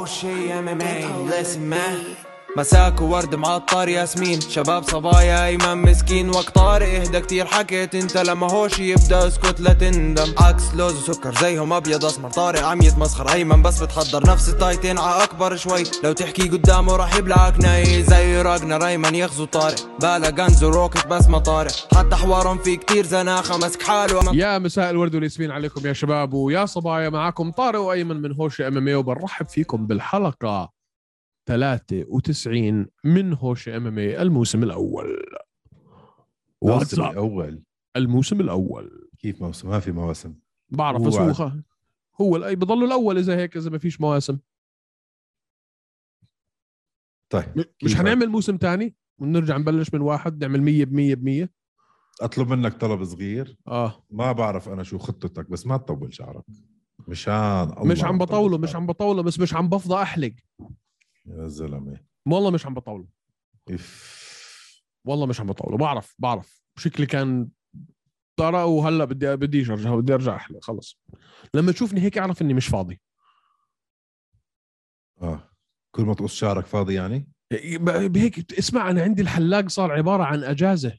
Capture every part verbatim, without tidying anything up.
شي ام ام اي listen man. مساك وورد معطر ياسمين، شباب صبايا ايمن مسكين. وقت طارق اهدى كتير حكيت انت، لما هوش يبدا اسكت لا تندم. عكس لوز وسكر زيهم ابيض اسمر، طارق عم يتمسخر ايمن بس بتحضر نفس التايتين ع اكبر شوي. لو تحكي قدامه راح يبلعك ناي زي راجنر ايمن يغزو طارق. بالا غنز وروكت بس ما طارق، حتى حوارهم في كتير زناخه مسك حاله. يا مساء الورد والياسمين عليكم يا شباب ويا صبايا، معكم طارق وايمن من هوش ام ام اي، وبنرحب فيكم بالحلقه ثلاثة وتسعين من هوش ام ام اي الموسم الاول. الموسم الاول الموسم الاول كيف موسم؟ ما في مواسم بعرف، بس هو خ... هو الاي بضل الاول اذا هيك، اذا ما فيش مواسم. طيب مش هنعمل موسم تاني ونرجع نبلش من واحد نعمل مية بمية بمية؟ اطلب منك طلب صغير. اه ما بعرف انا شو خطتك، بس ما تطول شعرك مشان الله. مش عم بطوله مش عم بطوله بس مش عم بفضى احلق يا زلمه، والله مش عم بطوله. إف. والله مش عم بطوله. بعرف بعرف شكلي كان طرق، وهلا بدي بديش ارجع بدي ارجع احلق خلص. لما تشوفني هيك اعرف اني مش فاضي. اه كل ما تقص شعرك فاضي يعني. بهيك اسمع، انا عندي الحلاق صار عباره عن اجازه.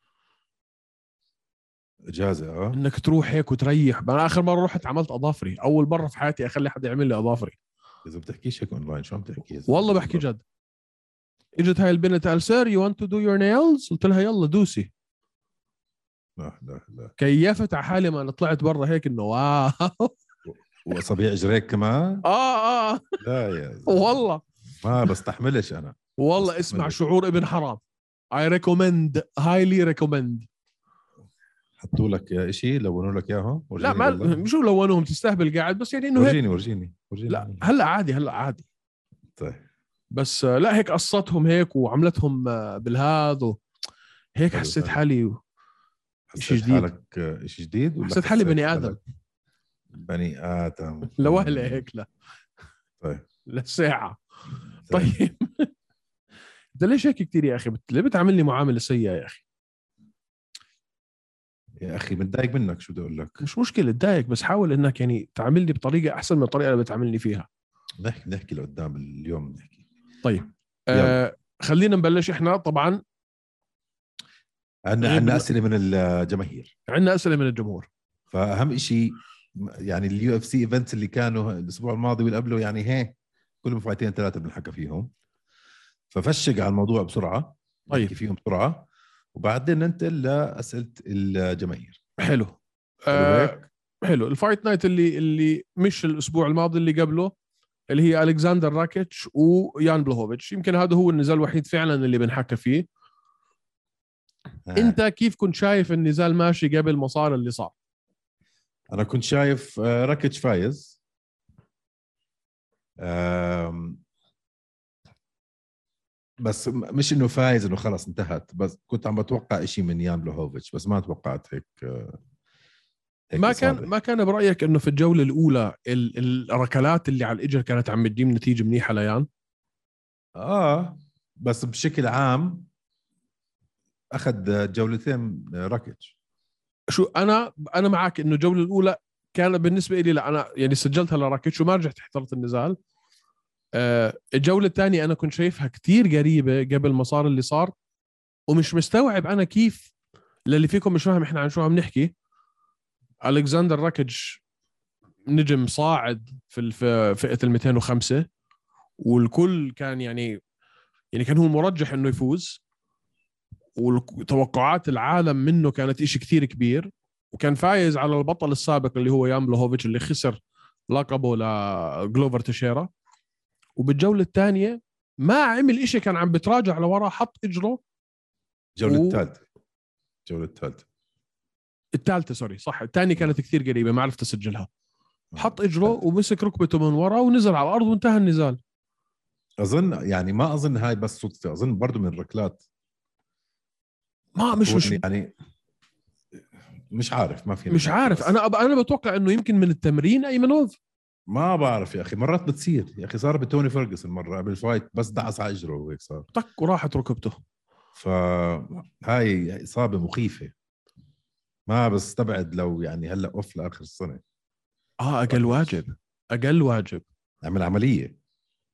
اجازه اه انك تروح هيك وتريح. انا اخر مره رحت عملت اظافري، اول مره في حياتي اخلي حدا يعمل لي اظافري. اذا بتحكيش هيك اونلاين شو عم تحكي؟ والله بحكي جد. اجت هاي البنت قال سير يو ونت تو دو يور نيلز، قلت لها يلا دوسي. لا لا لا كيفت على حالي ما انا طلعت برا هيك انه واو. واصابيع اجريك كمان. اه اه لا يا زلمة. والله ما بستحملش انا. والله اسمع، شعور ابن حرام. I recommend highly recommend. حطوا لك يا شيء، لونوا لك اياهم؟ لا ما شو لونهم، تستهبل قاعد بس يعني انه هيك. ورجيني ورجيني ورجيني. لا هلا عادي هلا عادي. طيب بس لا هيك قصتهم هيك وعملتهم بالهذا هيك، حسيت حالي شيء جديد. حالك شيء جديد ولا حسيت حالي بني ادم؟ بني ادم لوهله هيك. لا طيب للساعه. طيب انت ليش هيك كتير يا اخي؟ بت... ليه بتعاملني معامله سيئه يا اخي؟ يا اخي متضايق منك، شو بدي اقول لك؟ مش مشكله تضايق، بس حاول انك يعني تعاملني بطريقه احسن من الطريقه اللي بتعاملني فيها. نحكي نحكي لقدام اليوم نحكي. طيب آه خلينا نبلش. احنا طبعا عندنا عندنا اسئله من الجماهير، عندنا اسئله من الجمهور. فاهم شيء يعني اليو اف سي ايفنتس اللي كانوا الاسبوع الماضي واللي قبله، يعني هيك كلهم فايتين ثلاثه بنحكى فيهم، ففشق على الموضوع بسرعه. طيب نحكي فيهم بسرعه وبعدين ننتقل لاسئله الجماهير. حلو. حلو آه هيك. حلو. الفايت نايت اللي اللي مش الاسبوع الماضي اللي قبله، اللي هي ألكسندر راكيتش ويان بلوهوفيتش، يمكن هذا هو النزال الوحيد فعلا اللي بنحكى فيه. آه. انت كيف كنت شايف النزال ماشي قبل ما صار اللي صار؟ انا كنت شايف راكيتش فايز، بس مش انه فايز انه خلص انتهت، بس كنت عم بتوقع اشي من يان بلوهوفيتش، بس ما توقعت هيك, هيك ما كان ما كان برايك انه في الجوله الاولى الركلات اللي على الاجر كانت عم تجيب نتيجه منيحه ليان؟ اه بس بشكل عام اخذ جولتين راكيتش. شو انا انا معك انه الجوله الاولى كان بالنسبه لي، لا انا يعني سجلتها لراكيتش وما رجعت حضرت النزال. آه الجوله الثانيه انا كنت شايفها كتير قريبه قبل ما صار اللي صار، ومش مستوعب انا كيف. للي فيكم مش فاهم احنا عن شو عم نحكي. ألكسندر راكيتش نجم صاعد في فئه ال مئتين وخمسة، والكل كان يعني يعني كان هو مرجح انه يفوز، وتوقعات العالم منه كانت إشي كثير كبير، وكان فايز على البطل السابق اللي هو يان بلوهوفيتش اللي خسر لقبه لجلوفر تشيرا. وبالجولة الثانية ما عمل إشي، كان عم بتراجع لورا، حط إجره. الجولة و... الثالثة الجولة الثالثة الثالثة سوري صح، الثانية كانت كثير قريبة ما عرفت أسجلها. حط إجره ومسك ركبته من ورا ونزل على الأرض وانتهى النزال. أظن يعني ما أظن هاي بس صدفة، أظن برضو من الركلات. ما مش مش يعني مش عارف، ما في مش عارف. انا انا بتوقع انه يمكن من التمرين ايمنوف. ما بعرف يا اخي، مرات بتصير يا اخي. صار بتوني فيرجسون مره قبل الفايت بس دعس على اجره وهيك صار طق وراحت ركبته. فهاي اصابه مخيفه، ما بستبعد لو يعني هلا اوف لاخر السنه. اه اقل واجب اقل واجب عمل عمليه.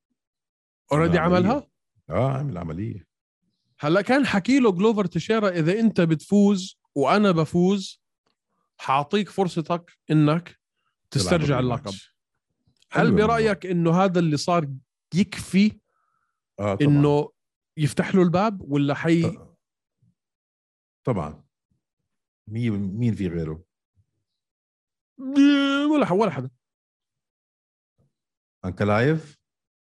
اوريدي عملها. اه عمل عمليه. هلا كان حكي له جلوفر تشيرا اذا انت بتفوز وانا بفوز حاعطيك فرصتك انك تسترجع اللقب. هل برايك انه هذا اللي صار يكفي آه طبعاً. انه يفتح له الباب ولا حي؟ طبعا مين مين في غيره؟ ولا ولا حدا. انكلايف.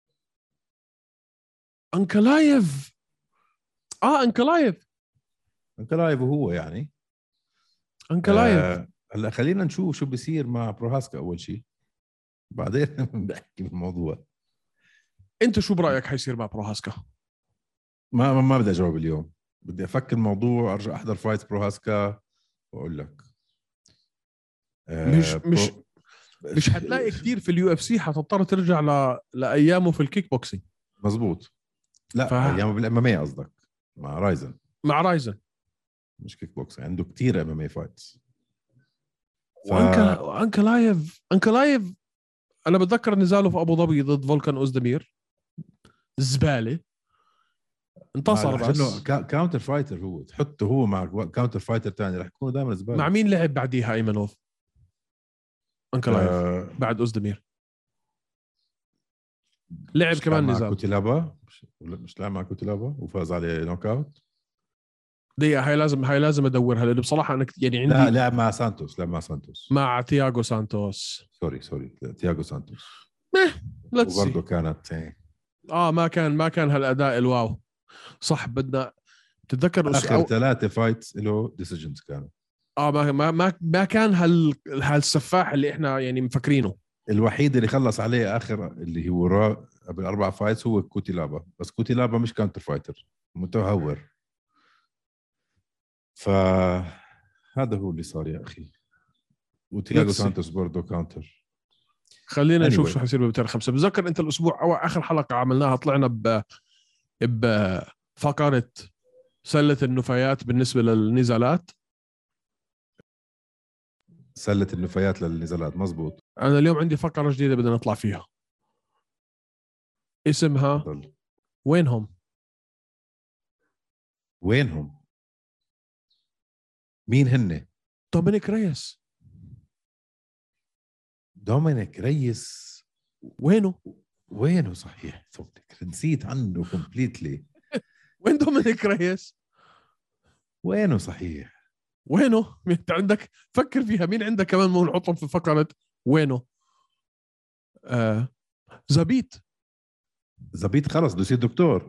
انكلايف اه انكلايف انكلايف وهو يعني انكلايف آه هلا خلينا نشوف شو بيصير مع بروهاسكا اول شيء، بعدين بحكي بالموضوع. انت شو برايك حيصير مع بروهاسكا؟ ما ما, ما بدي اجاوب اليوم، بدي افك الموضوع، ارجع احضر فايت بروهاسكا واقول لك. آه مش مش برو... مش حتلاقي كتير في اليو اف سي، حتضطر ترجع ل... لايامه في الكيك بوكسينج. مزبوط. لا ف... ايام بالام ام اي قصدك، مع رايزن. مع رايزن مش كيك بوكس، عنده كتير ام ام اي فايتس. ف... وانكا انكلايف انكلايف انا بتذكر نزاله في ابو ظبي ضد فولكان اوزدمير، زباله، انتصر بس كا... كاونتر فايتر. هو تحطه هو مع كاونتر فايتر تاني رح يكونوا دائما زباله. مع مين لعب بعديها ايمنوف؟ انكلايف آه... بعد اوزدمير لعب كمان مع نزال كوتيلابا. مش, مش لعب مع كوتيلابا وفاز عليه نوك اوت. دقيقة، هاي لازم هاي لازم ادورها لانه بصراحة انا يعني عندي. لا لعب مع سانتوس، لعب مع سانتوس مع تياغو سانتوس. سوري سوري تياغو سانتوس. وبرضه كانت ايه. اه ما كان ما كان هالاداء الواو. صح بدنا تتذكر اخر أو... ثلاثة فايتس له ديسيجنز كانوا. اه ما ما ما, ما كان هال هالسفاح اللي احنا يعني مفكرينه. الوحيد اللي خلص عليه اخر اللي هو را قبل اربع فايتس هو كوتيلابا، بس كوتيلابا مش كاونتر فايتر، متهور. فهذا هو اللي صار يا اخي. وتياغو سانتوس برضه كاونتر. خلينا anyway. نشوف شو حيصير بمئتين وخمسة. بتذكر انت الاسبوع او اخر حلقة عملناها طلعنا ب بفقرة سلة النفايات بالنسبة للنزالات. سلة النفايات للنزالات مزبوط. انا اليوم عندي فقرة جديدة بدنا نطلع فيها، اسمها فضل. وينهم. وينهم؟ مين هن؟ دومينيك ريس. دومينيك ريس وينه؟ وينه صحيح؟ صدق نسيت عنه كومبليتلي. وين دومينيك ريس؟ وينه صحيح؟ وينه؟ انت عندك فكر فيها، مين عندك كمان مو نحطهم في فقرة وينه؟ آه زبيت. زبيت خلص بده يصير دكتور.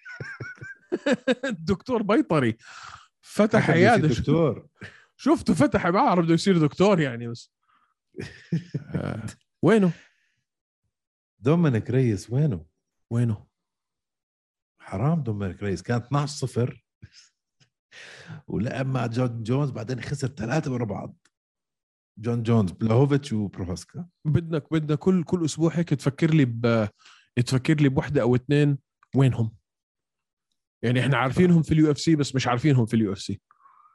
الدكتور بيطري فتح بده يصير عيادة. دكتور. شفته فتح معه بده يصير دكتور يعني. بس آه. وينه؟ دومينيك ريس وينه؟ وينه؟ حرام. دومينيك ريس كان اثناشر صفر ولعب مع جون جونز، بعدين خسر ثلاثة ورا بعض. جون جونز، بلاهوفيتش، وبروهاسكا. بدك بدنا كل كل اسبوع هيك تفكر لي ب تفكر لي بوحده او اثنين وينهم. يعني احنا عارفينهم في اليو اف سي بس مش عارفينهم في اليو اف سي.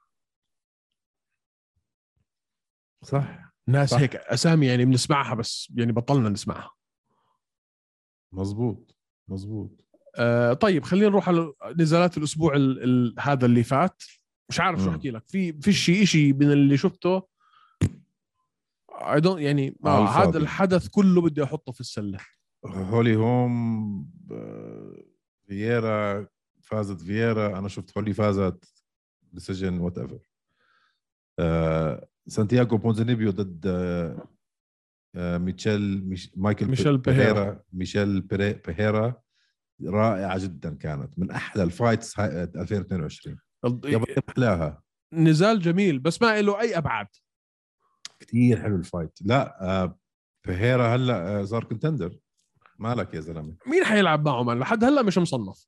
صح. ناس صح. هيك اسامي يعني بنسمعها بس يعني بطلنا نسمعها. مزبوط مزبوط. آه طيب خلينا نروح على نزالات الاسبوع ال ال هذا اللي فات. مش عارف شو احكي لك. في في شيء شيء من اللي شفته اي دونت يعني آه هذا الحدث كله بدي احطه في السله. هولي هوم فييرا فازت. فييرا انا شفت هولي فازت ديسيجن وات ايفر. آه سانتياغو بونزينيبيو ضد آه آه ميشيل ميش مايكل ميشيل بيهيرا. ميشيل بيهيرا رائعه جدا، كانت من احلى الفايتس ألفين واثنين وعشرين. احلاها. نزال جميل بس ما له اي ابعاد. كتير حلو الفايت. لا آه بيهيرا هلا آه صار كونتندر. مالك يا زلمه؟ مين حيلعب معه؟ من لحد هلا مش مصنف.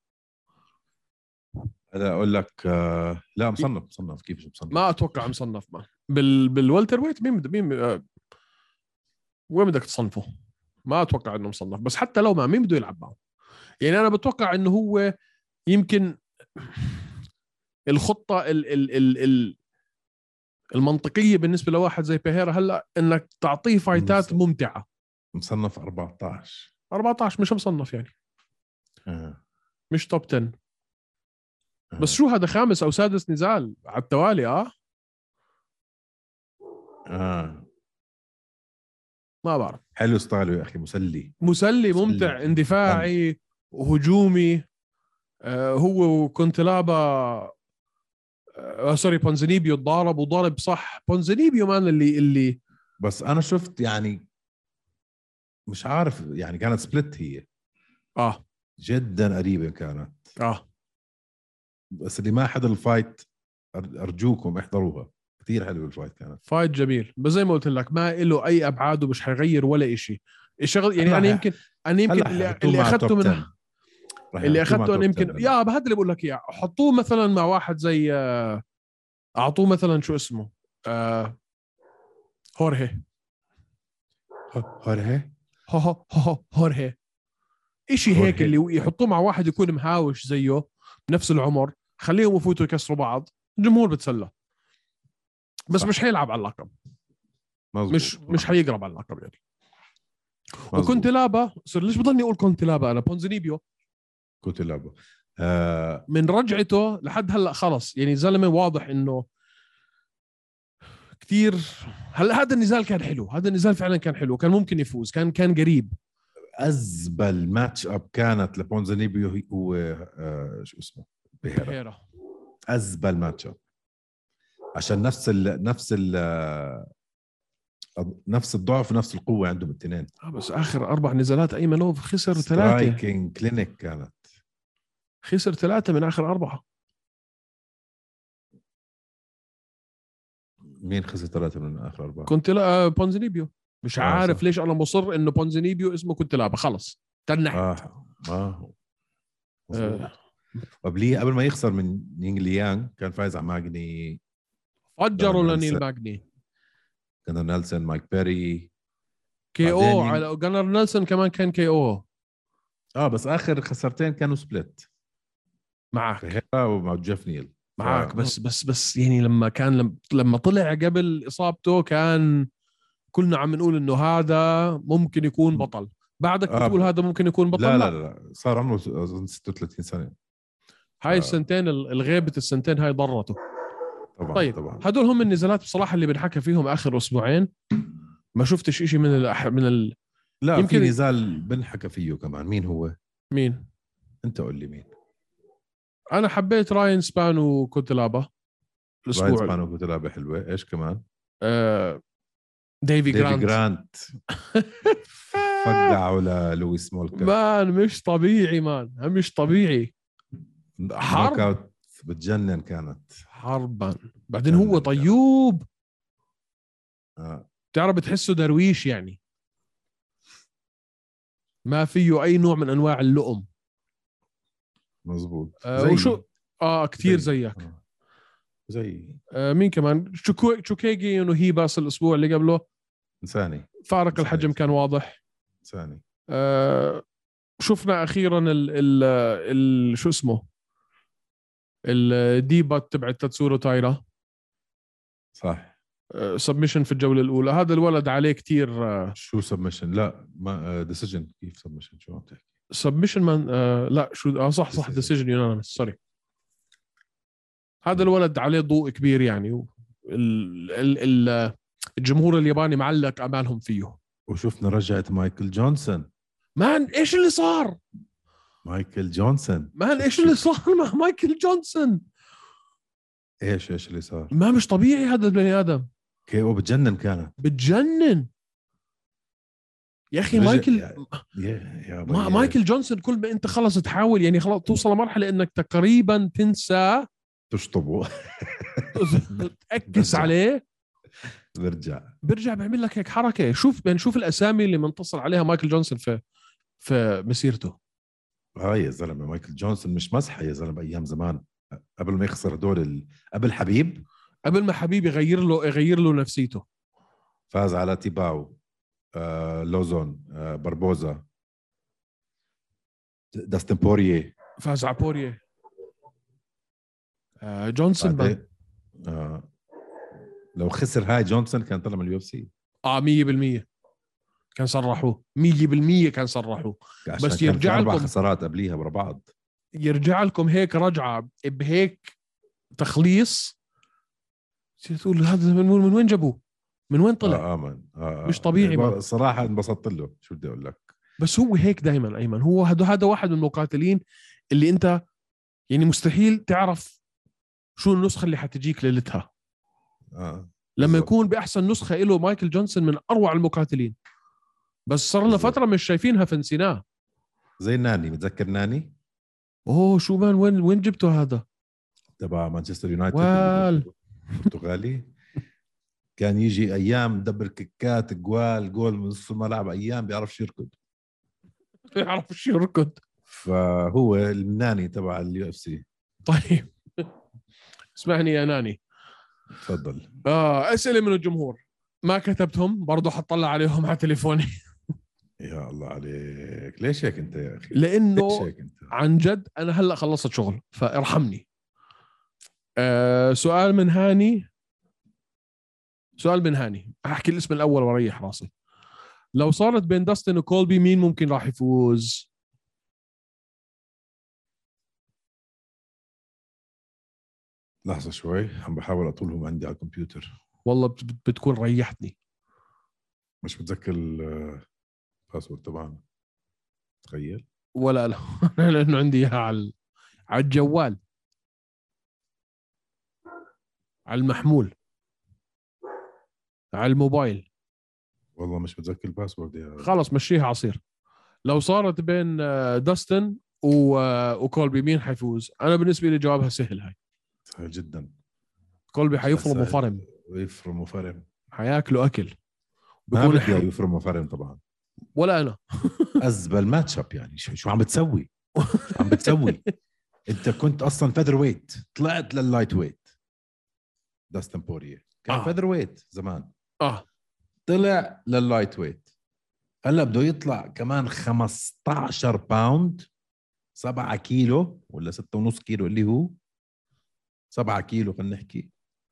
هلا اقول لك آه لا مصنف. مصنف كيف مش مصنف؟ ما اتوقع مصنف. ما بال بالوالتر ويت مين بد... مين آه... وين بدك تصنفه؟ ما اتوقع انه مصنف. بس حتى لو ما مين بده يلعب معه؟ يعني انا بتوقع انه هو يمكن الخطه ال ال ال ال المنطقيه بالنسبه لواحد زي بيهيرا هلا انك تعطيه فايتات ممتعه. مصنف أربعة عشر. أربعة عشر مش مصنف يعني. مش توب عشرة. آه. بس شو هذا خامس او سادس نزال على التوالي. اه اه ما بعرف. حلو ستايله يا اخي، مسلي مسلي مسلي. ممتع اندفاعي وهجومي. آه هو وكونتلابا آه سوري بونزينيبيو ضارب وضارب صح. بونزينيبيو مان اللي اللي بس انا شفت يعني مش عارف يعني كانت سبلت هي اه جدا قريبه كانت. اه بس اللي ما حضر الفايت أر- ارجوكم احضروها، كثير حلوه الفايت كانت. فايت جميل. بس زي ما قلت لك ما له اي ابعاد ومش حيغير ولا شيء الشغل. يعني هلا انا ح- يمكن انا يمكن هلا اللي, حيحطوه اللي مع اخذته توب من عشرة. رح اللي يحطوه مع اخذته انا توب يمكن عشرة. يا هذا اللي بقول لك اياه. حطوه مثلا مع واحد زي آه، اعطوه مثلا شو اسمه آه هورهي هورهي هو هو هو هورهي اشي هيك هورهي. اللي يحطوه مع واحد يكون مهاوش زيه بنفس العمر. خليهم يفوتوا يكسروا بعض. الجمهور بتسلى. بس صح. مش حيلعب على اللقب. مزبوط. مش مش حيقرب على اللقب يعني. مزبوط. وكنت لابا صار ليش بضلني اقول كنت لابا انا بونزينيبيو كنت لعبه آه من رجعته لحد هلا خلص يعني زلمه واضح انه كثير. هلا هذا النزال كان حلو. هذا النزال فعلا كان حلو. كان ممكن يفوز. كان كان قريب. ازبل ماتش اب كانت لبونزينيبيو هو آه شو اسمه بيهيرا. بيهيرا ازبل ماتش اب عشان نفس ال نفس ال نفس الضعف ونفس القوه عندهم الاثنين. آه بس اخر اربع نزالات ايمنوف خسر ثلاثه. سترايكينج كلينيك كانت. خسر ثلاثه من اخر اربعه. مين خسر ثلاثه من اخر اربعه؟ كنت لا بونزينيبيو. مش آه عارف صح. ليش انا مصر انه بونزينيبيو اسمه كنت لابا. خلص تنحت. اه اه مظبوط. آه. قبليه قبل ما يخسر من يينغ ليانغ كان فايز على ماجني. فجروا نيلسون. لنيل ماجني. كان نيلسون مايك بيري كي بعدين او ين- على جانر نيلسون كمان كان كي او. اه بس اخر خسرتين كانوا سبلت معك بيهيرا ومع جيف نيل. معك ف... بس بس بس يعني لما كان لما, لما طلع قبل اصابته كان كلنا عم نقول انه هذا ممكن يكون بطل. بعدك آه بتقول ب... هذا ممكن يكون بطل. لا, لا, لا لا لا صار عمره اظن ستة وثلاثين سنه. هاي السنتين الغيبة السنتين هاي ضرته. طبعا طيب طبعا. هدول هم النزالات بصراحة اللي بنحكى فيهم آخر أسبوعين. ما شفتش إشي من الأح... من ال... لا يمكن- في نزال بنحكى فيه كمان. مين هو؟ مين؟ انت قول لي مين. أنا حبيت راين سبان وكوتلابا راين الأسبوع. سبانو كنت لعبه حلوه. ايش كمان؟ آه... ديفي, ديفي جرانت, جرانت فقعوا للويس مولكا. مان مش طبيعي. مان مش طبيعي. حرب. نوك اوت بتجنن كانت. حربا. بعدين جنن هو كانت. طيوب. آه. تعرف بتحسه درويش يعني. ما فيه أي نوع من أنواع اللؤم. مظبوط. آه زي وشو آه كثير زي. زيك. آه. زي آه مين كمان؟ شوكو... شوكيجي ونهي باس الأسبوع اللي قبله. انساني فارق صحيح. الحجم كان واضح. انساني. آه شفنا اخيرا ال ال ال شو اسمه الديبات تبع تاتسورو تايرا. صح. آه سبمشن في الجوله الاولى. هذا الولد عليه كتير. آه شو سبمشن؟ لا ما ديسيجن. كيف سبمشن؟ شو عم تحكي؟ سبمشن من آه لا شو اه صح صح Decision. ديسيجن يونانيمس سوري. هذا الولد عليه ضوء كبير يعني. ال ال ال الجمهور الياباني معلق امالهم فيه. وشفنا رجعت مايكل جونسون. مان ايش اللي صار؟ مايكل جونسون مان ايش اللي صار مع مايكل جونسون؟ ايش ايش اللي صار؟ ما مش طبيعي هذا البني ادم. كي او بتجنن كانت. بتجنن يا اخي. رجع- مايكل يا, يا, يا ما بي- مايكل جونسون كل ما انت خلص تحاول يعني خلاص توصل لمرحله انك تقريبا تنسى تشطبه تأكس برجع. عليه. برجع. بيرجع بيعمل لك هيك حركه. شوف يعني شوف الاسامي اللي منتصر عليها مايكل جونسون في في مسيرته. اه يا زلمه مايكل جونسون مش مزحه يا زلمه. ايام زمان قبل ما يخسر هدول ال... قبل حبيب قبل ما حبيبي يغير له يغير له نفسيته. فاز على تيباو آه، لوزون آه، بربوزا داستن بوريه. فاز على بوريه. آه جونسون بقى. بعدين آه لو خسر هاي جونسون كان طلع من اليو اف سي. اه مية بالمية كان صرحوه. مية بالمية كان صرحوه. عشان بس كان يرجع في اربع لكم. خسارات قبليها ورا بعض. يرجع لكم هيك رجعة بهيك تخليص، تقول هذا من من وين جابوه؟ من وين طلع؟ اه امن آه. مش طبيعي مان. صراحه انبسطت له، شو بدي اقول لك. بس هو هيك دائما ايمن، هو هذا هذا واحد من المقاتلين اللي انت يعني مستحيل تعرف شو النسخه اللي حتجيك ليلتها. اه لما بالزبط. يكون باحسن نسخه له مايكل جونسون من اروع المقاتلين، بس صار لنا فتره مش شايفينها فنسيناه. زي ناني، متذكر ناني؟ اوه شو مان، وين وين جبته هذا؟ تبع مانشستر يونايتد وال البرتغالي. كان يجي ايام دبر كيكات جوال جول من نص الملعب، ايام بيعرفش يركض. بيعرفش يركض. فهو الناني تبع اليو اف سي. طيب اسمعني يا ناني. تفضل. اه اسئله من الجمهور ما كتبتهم برضو، حطلع عليهم على تليفوني. يا الله عليك، ليش هيك انت يا اخي؟ لانه ليش هيك انت؟ عن جد انا هلا خلصت شغل فارحمني. آه سؤال من هاني، سؤال من هاني، احكي الاسم الاول واريح راسي. لو صارت بين داستن وكولبي مين ممكن راح يفوز؟ لحظة شوي، عم بحاول اطولهم عندي على الكمبيوتر. والله بت- بتكون ريحتني. مش متذكر الباسورد تبعنا، تخيل. ولا لا لانه عندي اياها على على الجوال، على المحمول، على الموبايل. والله مش متذكر الباسورد يا خلص مشيها عصير. لو صارت بين آه، داستن و- آه، وكولبي مين حيفوز؟ انا بالنسبه لي جوابها سهل. هاي سهل جدا. كولبي حيفرم وفرم، يفرم وفرم. حياكلوا اكل. ما بكون بدي ح... يفرم وفرم طبعا. ولا انا ازبل ماتش اب يعني. شو شو عم بتسوي؟ شو عم بتسوي؟ انت كنت اصلا فيذر ويت، طلعت لللايت ويت. داستن بوريه كان آه. فيذر ويت زمان، اه طلع لللايت ويت. هلا بده يطلع كمان خمستاشر باوند، سبعة كيلو ولا ستة ونص كيلو، اللي هو سبعة كيلو. خلينا نحكي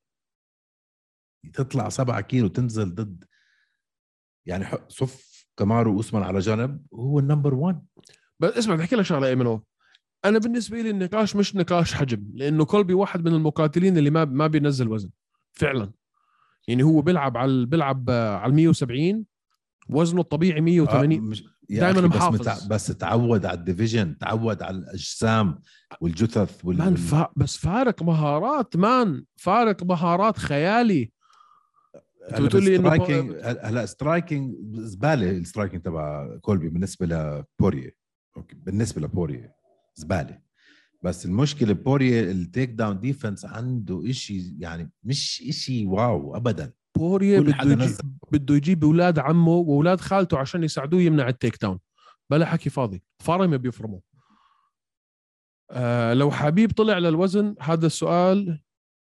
تطلع سبعة كيلو تنزل ضد يعني صف كمارو وأسمان على جنب، وهو النمبر وان. بس اسمع بدي احكي لك شغله ايمنو. انا بالنسبه لي النقاش مش نقاش حجم، لانه كولبي واحد من المقاتلين اللي ما ما بينزل وزن فعلا. يعني هو بيلعب على بيلعب على مية وسبعين، وزنه الطبيعي مية وثمانين. آه مش يا دائما أخي بس محافظ. متع... بس تعود على الديفيجن، تعود على الأجسام والجثث وال... مان فا... بس فارق مهارات، مان فارق مهارات خيالي. انت بتقول لي انه سترايكينج. هلا سترايكينج زباله. السترايكينج تبع كولبي بالنسبه لبوريه، اوكي بالنسبه لبوريه زباله. بس المشكله بوريه التيك داون ديفنس عنده إشي يعني مش إشي واو ابدا. بوريه كل بده حدا يجي... نزل. بده يجيب اولاد عمه واولاد خالته عشان يساعدوه يمنع التيك داون. بلا حكي فاضي، فرمه بيفرموا. آه لو حبيب طلع للوزن، هذا السؤال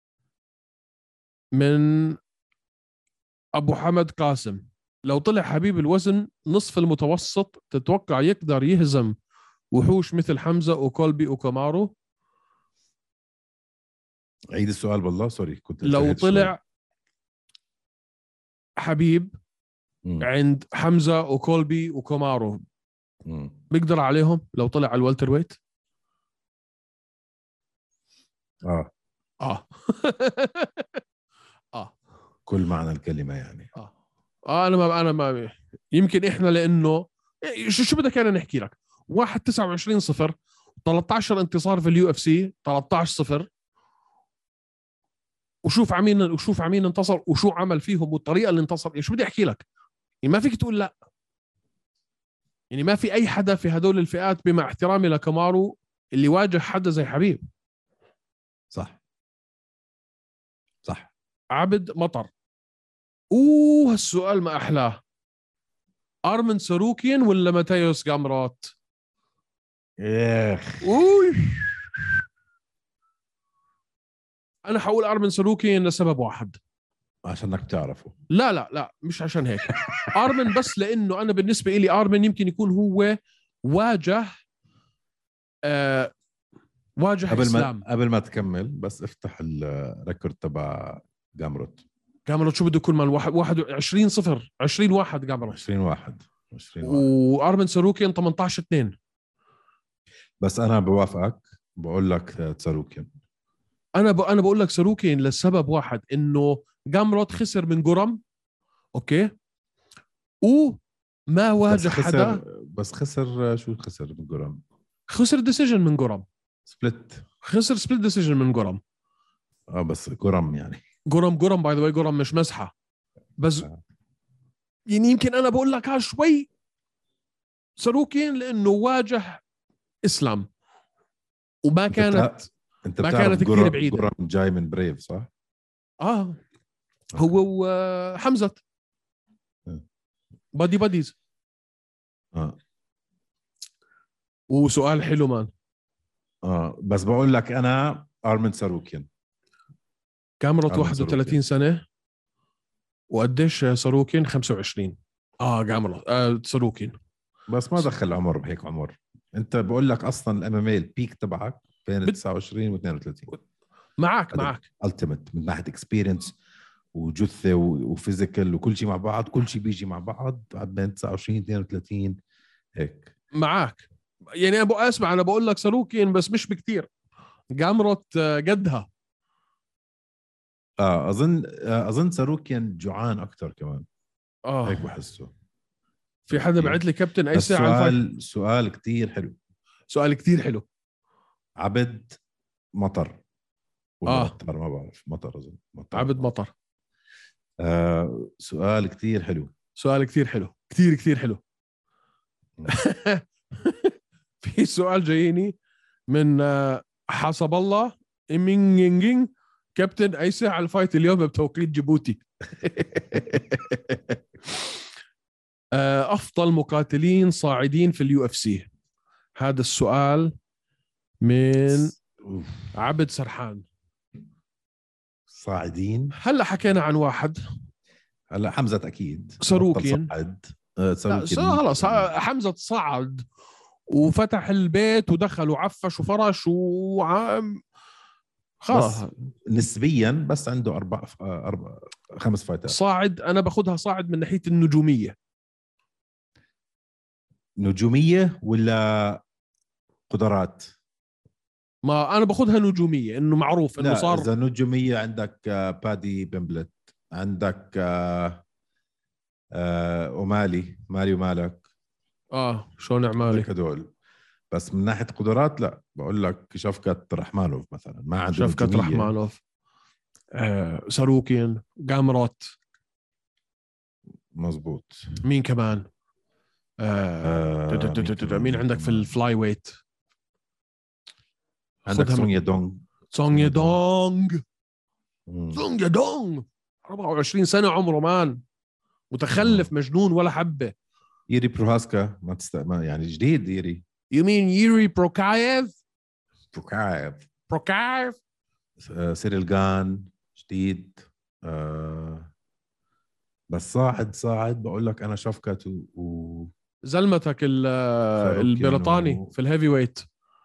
من ابو حمد قاسم. لو طلع حبيب الوزن نصف المتوسط، تتوقع يقدر يهزم وحوش مثل حمزة وكولبي وكامارو؟ عيد السؤال بالله، سوري كنت لو انتهيت طلع شوي. حبيب مم. عند حمزة وكولبي وكامارو، مم. بيقدر عليهم لو طلع على الوالتر ويت؟ اه اه اه كل معنى الكلمه يعني. اه اه انا ما انا ما يمكن احنا لانه شو شو بدك انا نحكي لك؟ واحد تسعة وعشرين صفر، ثلاثة عشر انتصار في اليو اف سي، ثلاثة عشر صفر، وشوف عمين وشوف عمين انتصر وشو عمل فيهم والطريقه اللي انتصر. يعني شو بدي احكي لك؟ يعني ما فيك تقول لا. يعني ما في اي حدا في هدول الفئات بما احترامي لكامارو اللي واجه حدا زي حبيب. صح صح. عبد مطر. اوه هالسؤال ما احلاه. ارمن ساروكين ولا ماتيوس جامرات؟ اخ اوه انا حقول ارمن ساروكين لسبب واحد. عشانك بتعرفه. لا لا لا مش عشان هيك. ارمن بس لانه انا بالنسبه لي ارمن يمكن يكون هو واجه آه واجه قبل اسلام. ما قبل ما تكمل بس افتح الريكورد تبع جامروت. جامرات شو بده يكون مال واحد واحد وعشرين صفر، عشرين واحد جامرات. عشرين واحد عشرين واحد. وارمن ساروكين ثمانية عشر اثنين. بس انا بوافقك، بقول لك تساروكين. انا ب... انا بقول لك ساروكين لسبب واحد، انه جامروت خسر من جورم، اوكي، وما واجه بس خسر حدا. بس خسر شو خسر من جورام؟ خسر ديسيجن من جورم، سبلت. خسر سبليت ديسيجن من جورم. اه بس جورام يعني جورم جورم باي ذا واي، جورم مش مزحه بس. آه. يعني يمكن انا بقول لك ها شوي ساروكين لانه واجه اسلام وما انت كانت بتع... انت ما بتعرف كانت كثير جورام بعيده. جورام جاي من بريف صح؟ اه هو وحمزه آه. بادي باديز. اه وسؤال حلو مان. اه بس بقول لك انا ارمن ساروكين. كاميرا ارمن واحد وثلاثين ساروكين. سنه، وقديش ساروكين خمسة وعشرين. اه كاميرا آه ساروكين. بس ما دخل عمر بهيك عمر. انت بقول لك اصلا الام ام اي البيك تبعك بين بد... تسعة وعشرين و اثنين وثلاثين. معك هذا معك التيمت من ناحيه اكسبيرينس وجثه وفيزيكال وكل شيء مع بعض، كل شيء بيجي مع بعض بين تسعة وعشرين اثنين وثلاثين هيك. معك. يعني ابو اسمع، انا بقول لك ساروكين بس مش بكتير. جامروت قدها. اه اظن آه اظن ساروكيان جوعان اكثر كمان، اه هيك بحسه. في حدا بعت لي كابتن اي بس ساعه على الفايت. سؤال سؤال كتير حلو. سؤال كتير حلو. عبد مطر ولا اه مطر؟ ما بعرف، مطر اظن مطر. عبد مطر. آه سؤال كتير حلو. سؤال كتير حلو، كتير كتير حلو. في سؤال جاييني من آه، حسب الله إمينجينج كابتن ايسى على الفايت اليوم بتوقيت جيبوتي. آه، افضل مقاتلين صاعدين في اليو اف سي. هذا السؤال من أوف. عبد سرحان. صاعدين. هلا حكينا عن واحد هلا حمزة اكيد ساروكين. صعد. آه لا ساروكين خلص مية بالمية. حمزة صعد وفتح البيت ودخل وعفش وفرش وعم خلاص. بس نسبيا بس عنده اربع اربع خمس فايتات. صاعد انا باخذها صاعد من ناحيه النجوميه. نجوميه ولا قدرات؟ ما انا باخذها نجوميه، انه معروف انه لا صار. اذا نجوميه عندك آه، بادي بيمبلت، عندك آه، آه، ومالي مالي ومالك. اه شلون عندك اعمالي. هدول. بس من ناحيه قدرات لا، بقول لك شفقة رحمانوف مثلا ما عنده شفقة نجوميه. رحمانوف. آه ساروكين جامروت. مزبوط. مين كمان؟ آه آه، دا- دا- مين دا- دا- كمان؟ مين مين عندك في كمان؟ الفلاي ويت؟ عندك خدها من- سونيا دونغ. سونج يدونغ. مم. سونج يدونغ أربعة وعشرين سنه عمره مان، متخلف مجنون ولا حبه. ييري بروهاسكا ما تست ما يعني جديد ييري. You mean يوري بروكايف؟ بروكايف. بروكايف. آه، سيريل جان جديد. آه، بس صاعد صاعد بقول لك انا شفكت و, و... زلمتك ال- ساروكين البريطاني و- في الهيفي ويت.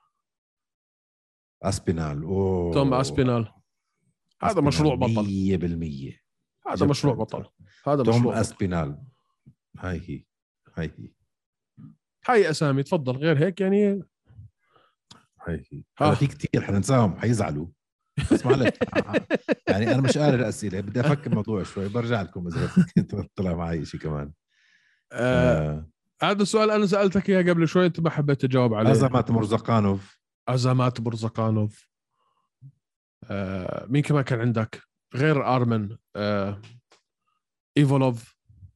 اسبينال. اوه توم اسبينال. هذا أسبينال مشروع بطل. مية بالمية. هذا جبت مشروع أنت. بطل. هذا توم مشروع بطل. اسبينال. هاي هي هاي هي هاي اسامي تفضل، غير هيك يعني. هاي هي ها. هلا في كثير حننساهم حيزعلوا. بس معلش يعني انا مش قاري الاسئله، بدي افكر الموضوع شوي، برجع لكم اذا بدك طلع معي شيء كمان. آه آه. هذا السؤال انا سالتك اياه قبل شوي، انت ما حبيت تجاوب عليه. ازمات مرزقانوف. ازمات برزقانوف. آه مين كمان كان عندك غير ارمن؟ آه ايفولوف.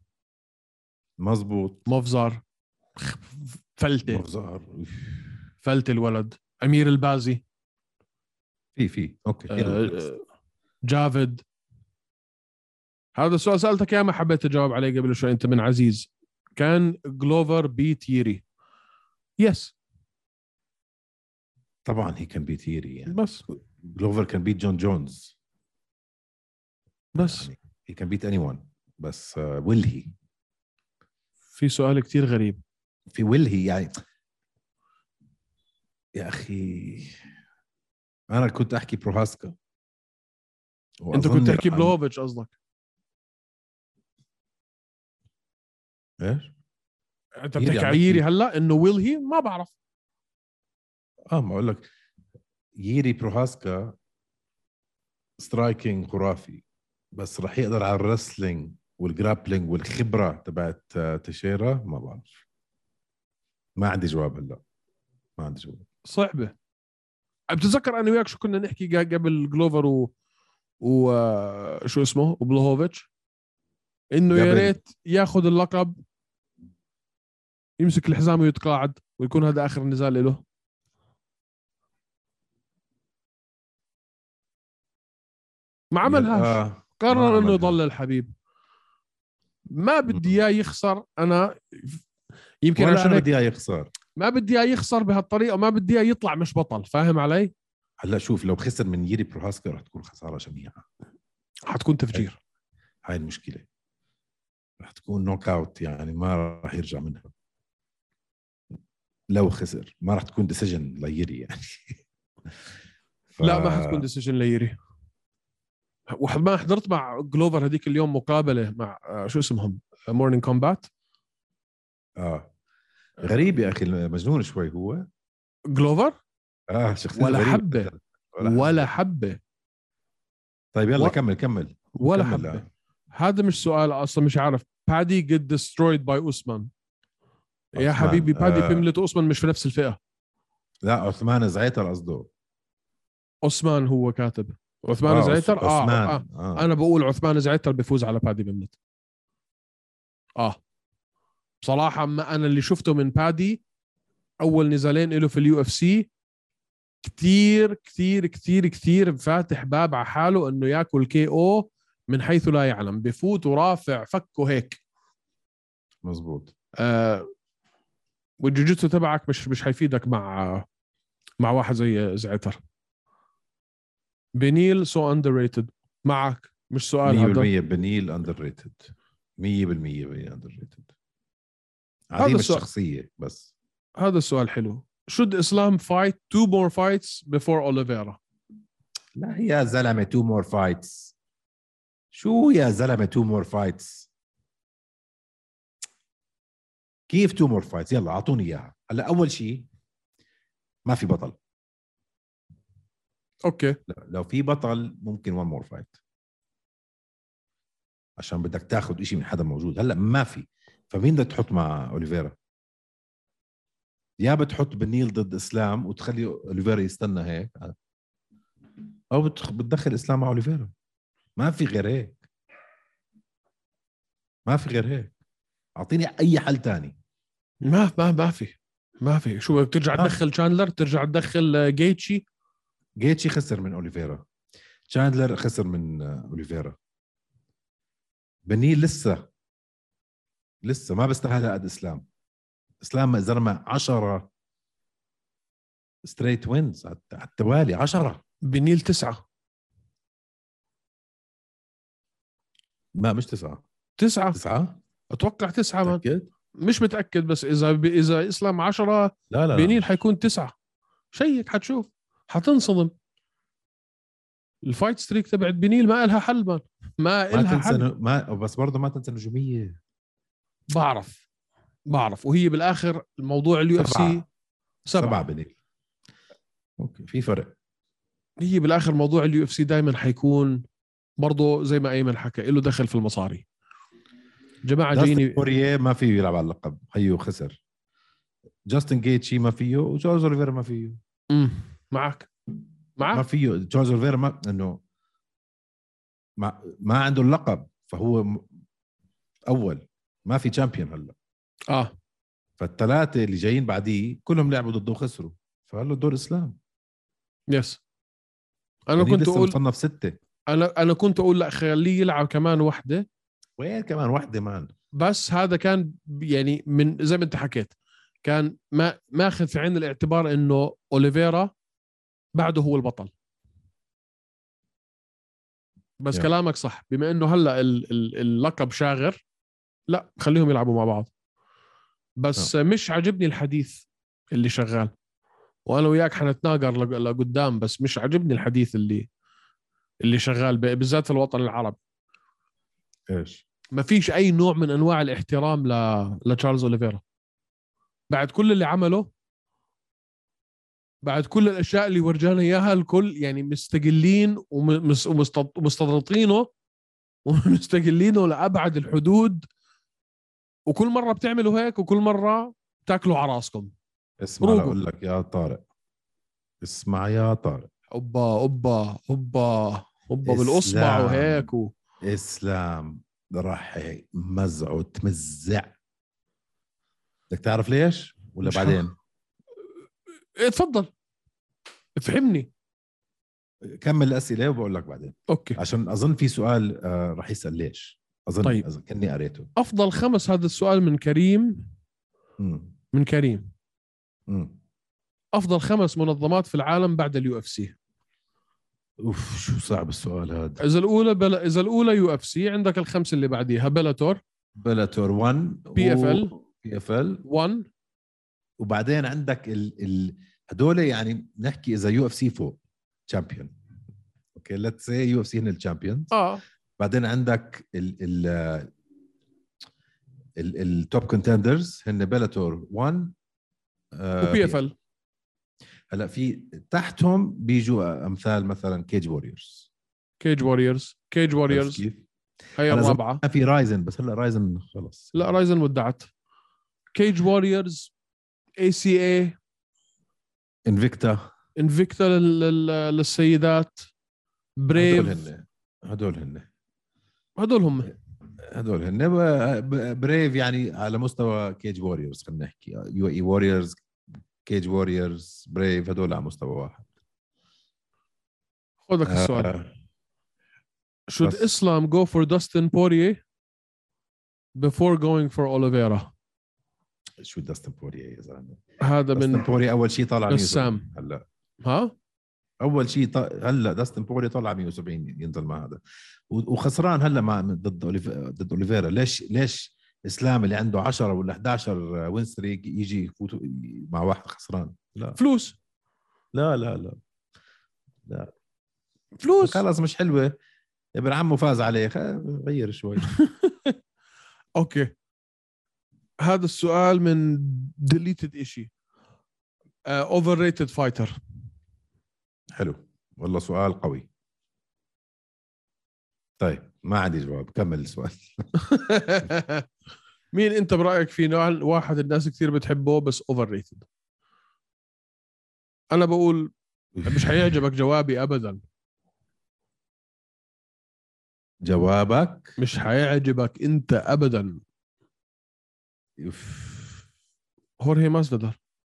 مزبوط. موفزار. فلته. مفزار. فلته الولد. امير البازي. في في اوكي حلو. آه جافد. هذا السؤال سالتك اياه ما حبيت تجاوب عليه قبل شوي انت من عزيز. كان جلوفر بيت ييري. يس طبعا هي كان بيت ييري يعني. بس جلوفر كان بيت جون جونز. بس يعني هي كان بيت اني ون. بس آه ويل هي. في سؤال كتير غريب. في ويل هي يعني يا اخي انا كنت احكي بروهاسكا. انت كنت تحكي رح- بلوفيتش قصدك؟ ايش؟ انت ييري بتحكي عم عييري بحكي. هلا انه ويل هي ما بعرف. اه ما اقول لك ييري بروهاسكا سترايكينج خرافي، بس راح يقدر على الرسلينج والجرابلينج والخبره تبعت تشيرا؟ ما بعرف، ما عندي جواب هلا، ما عندي جواب. صعبه. بتتذكر انا وياك شو كنا نحكي قبل جلوفر و وشو اسمه وبلوهوفيتش، انه يا قبل ريت ياخذ اللقب، يمسك الحزام ويتقاعد ويكون هذا اخر نزال له. ما عملهاش، آه ما قرر انه عملها يضل الحبيب. ما بدي اياه يخسر انا، يمكن ولا عشان انا هيك بدي اياه يخسر. ما بدي اياه يخسر بهالطريقه، ما بدي اياه يطلع مش بطل، فاهم علي؟ هلا شوف، لو خسر من ييري بروهاسكا رح تكون خساره شنيعه، حتكون تفجير. هاي المشكله، رح تكون نوك اوت يعني ما رح يرجع منها. لو خسر ما رح تكون ديسيجن ليري يعني. ف... لا ما حتكون ديسيجن ليري. وما حضرت مع جلوفر هذيك اليوم مقابله مع آه، شو اسمهم، مورنينج كومبات. اه غريب يا اخي، مجنون شوي هو. جلوفر اه شخصيته ولا غريبه حبه، جداً. ولا حبة. حبه، طيب يلا و... كمل كمل ولا كمل. حبه. لا. هذا مش سؤال اصلا، مش عارف. بادي get destroyed by اوسمان. يا عثمان حبيبي بادي آه. بيملت اوسمان مش في نفس الفئه. لا عثمان زعيتر قصده. اوسمان هو كاتب عثمان اه عث- زعيتر. آه, اه عثمان اه. انا بقول عثمان زعيتر بيفوز على بادي بيملت. اه بصراحه ما انا اللي شفته من بادي اول نزالين له في اليو اف سي، كتير كتير كتير كتير فاتح باب على حاله انه ياكل كي او من حيث لا يعلم، بفوت ورافع فكه هيك. مزبوط. آه والجوجيتسو تبعك مش مش حيفيدك مع مع واحد زي زعتر. بنيل سو اندر ريتد. معك، مش سؤال مية هذا. بالمية بنيل اندر ريتد، مية بالمية بنيل اندر ريتد، هذا عديم السؤال، الشخصيه بس. هذا السؤال حلو. should Islam fight two more fights before Oliveira؟ لا يا زلمه تو مور فايتس، شو يا زلمه تو مور فايتس؟ كيف تو مور فايتس؟ يلا اعطوني اياها هلا. اول شيء ما في بطل. اوكي لا. لو في بطل ممكن وان مور فايت، عشان بدك تاخذ إشي من حدا موجود. هلا ما في، فمين بدك تحط مع اوليفيرا؟ يا بتحط بنيل ضد اسلام وتخلي اوليفيرا يستنى هيك، او بتخ... بتدخل اسلام مع اوليفيرا. ما في غير هيك، ما في غير هيك. اعطيني اي حل تاني. ما ما ما في ما في شو بدك ترجع ما تدخل تشاندلر، ترجع تدخل جيتشي. جيتشي خسر من اوليفيرا، تشاندلر خسر من اوليفيرا، بنيل لسه لسه ما بيستاهل قد اسلام. اسلام زلمه عشرة ستريت وينز على التوالي، عشرة. بنيل تسعة. ما مش تسعة. تسعة تسعة اتوقع تسعة من. متأكد؟ مش متأكد، بس اذا اذا اسلام عشرة لا لا بنيل لا. حيكون تسعة. شيك حتشوف، حتنصدم. الفايت ستريك تبعت بنيل ما إلها حل من. ما ما إلها تنسى حل. ن... ما بس برضه ما تنسى نجومية. بعرف بعرف وهي بالاخر الموضوع اليو اف سي سبعة سبعة سبعة. بنيل. اوكي في فرق. هي بالاخر موضوع اليو اف سي دائما حيكون برضه زي ما ايمن حكى له دخل في المصاري. جماعه جاستن جايين. بوريه ما فيه يلعب على اللقب، هيو خسر. جاستن جيتشي ما فيه، وجورج اوليفيرا ما فيه. امم معك ما معك فيه جورج اوليفيرا، ما انه ما, ما عنده اللقب، فهو م- اول ما في تشامبيون هلا. اه فالثلاثه اللي جايين بعديه كلهم لعبوا ضده وخسروا، فقال له دور اسلام. يس. انا بنيل كنت لسه اقول مصنف ستة. انا انا كنت اقول لا خليه يلعب كمان وحده. وين كمان واحدة مان. بس هذا كان يعني من زي ما انت حكيت، كان ما ماخذ في عين الاعتبار انه اوليفيرا بعده هو البطل. بس يا. كلامك صح، بما انه هلا ال- ال- اللقب شاغر، لا خليهم يلعبوا مع بعض. بس آه. مش عجبني الحديث اللي شغال، وانا وياك حنتناقر لق- لقدام، بس مش عجبني الحديث اللي اللي شغال ب- بالذات في الوطن العربي. ايش؟ ما فيش اي نوع من انواع الاحترام ل... لتشارلز اوليفيرا بعد كل اللي عمله. بعد كل الاشياء اللي ورجانا اياها الكل يعني مستقلين ومس- ومست- ومستضغطينه ومستقلينه لابعد الحدود، وكل مره بتعملوا هيك وكل مره بتاكلوا على راسكم. اسمع روقوا. اقول لك يا طارق، اسمع يا طارق، اوبا اوبا اوبا اوبا بالاصبع وهيك و... اسلام راح مزعه تمزع. بدك تعرف ليش ولا مش بعدين؟ ه- إيه، تفضل افهمني. كمل الاسئله وبقول لك بعدين، اوكي. عشان اظن في سؤال آه راح يسال ليش. اظن طيب. أظن كني قريته. افضل خمس، هذا السؤال من كريم. امم من كريم. امم افضل خمس منظمات في العالم بعد اليو اف سي. اوف شو صعب السؤال هذا. اذا الاولى بلا اذا الاولى يو اف سي، عندك الخمسه اللي بعديها بلاتور، بلاتور واحد، بي اف ال بي اف ال، واحد، وبعدين عندك ال ال هدول يعني نحكي اذا يو اف سي فوق تشامبيون. اوكي ليتس سي يو اف سي هن الشامبيونز. اه بعدين عندك ال ال التوب كونتندرز هن بلاتور واحد وبي اف ال. هلا في تحتهم بيجوا امثال مثلا كيج ووريرز. كيج ووريرز كيج ووريرز كيف؟ هي هلا الرابعه. زمان في رايزن، بس هلا رايزن خلص. لا رايزن ودعت. كيج ووريرز، اي سي اي، انفيكتا، انفيكتا للسيدات، هدول بريف. هن هدول هن هدول هم. هدول هن ب- ب- بريف يعني على مستوى كيج ووريرز. خلينا نحكي يو اي ووريرز، كيج ووريرز، بريف، هدول على مستوى واحد. خذك السؤال. آه Should بس. Islam go for Dustin Poirier before going for Oliveira؟ شو داستن بوريه يا زلمه؟ هذا داستن من بوريه اول شيء طالع بسام. مية وسبعين هلا. ها اول شيء ط... هلا داستن بوري طلع مية وسبعين ينزل مع هذا، و- وخسران هلا مع ضد أوليف... ضد اوليفيرا. ليش ليش اسلام اللي عنده عشرة ولا إحدى عشر وين ستريك يجي يفوت مع واحد خسران؟ لا فلوس لا لا لا, لا. فلوس. خلاص مش حلوه. ابن عمه فاز عليه، خ- غير شوي. اوكي. هذا السؤال من deleted issue. uh, overrated fighter. حلو والله سؤال قوي. طيب ما عندي جواب، كمل السؤال. مين انت برايك في نوع واحد الناس كثير بتحبه بس overrated؟ انا بقول مش حيعجبك جوابي ابدا. جوابك مش حيعجبك انت ابدا. أوف. هورهي ماسفيدال.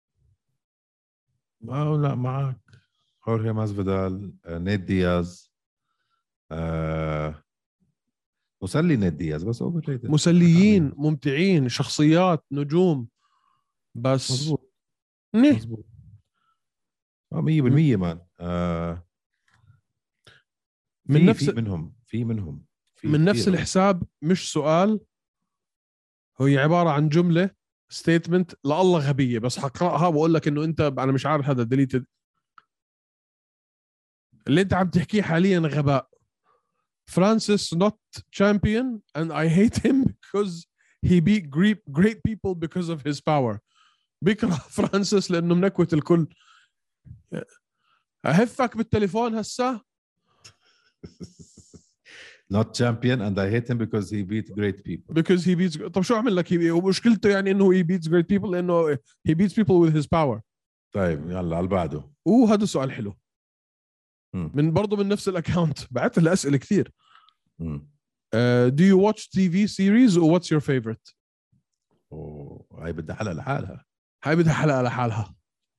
آه لا معك. هورهي ماسفيدال، آه، نيت دياز، آه، مسلي نيت دياز بس اوفر ريتد. مسليين، ممتعين، شخصيات، نجوم، بس مظبوط نه. مظبوط. اه مية بالمية مان. آه من في نفس في منهم في منهم في من نفس كتير. الحساب. مش سؤال، هي عبارة عن جملة ستيتمنت لله غبية، بس حقرأها وأقول لك إنه أنت أنا مش عارف هذا ديليتد. اللي أنت عم تحكيه حاليا غباء. Francis not champion and I hate him because he beat great great people because of his power. بيكره فرانسيس لأنه منكوت الكل. أهفك بالتليفون هسا. not champion and I hate him because he beat great people. because he beats. طب شو أعمل لك؟ هي ومشكلته يعني إنه he beats great people لأنه he beats people with his power. طيب يلا على بعده. اوه هذا سؤال حلو. مم. من برضه من نفس الاكونت بعت له اسئله كثير. مم. uh, do you watch تي في series or what's your favorite؟ اوه هاي بدها حلقة لحالها. هاي بدها حلقه لحالها.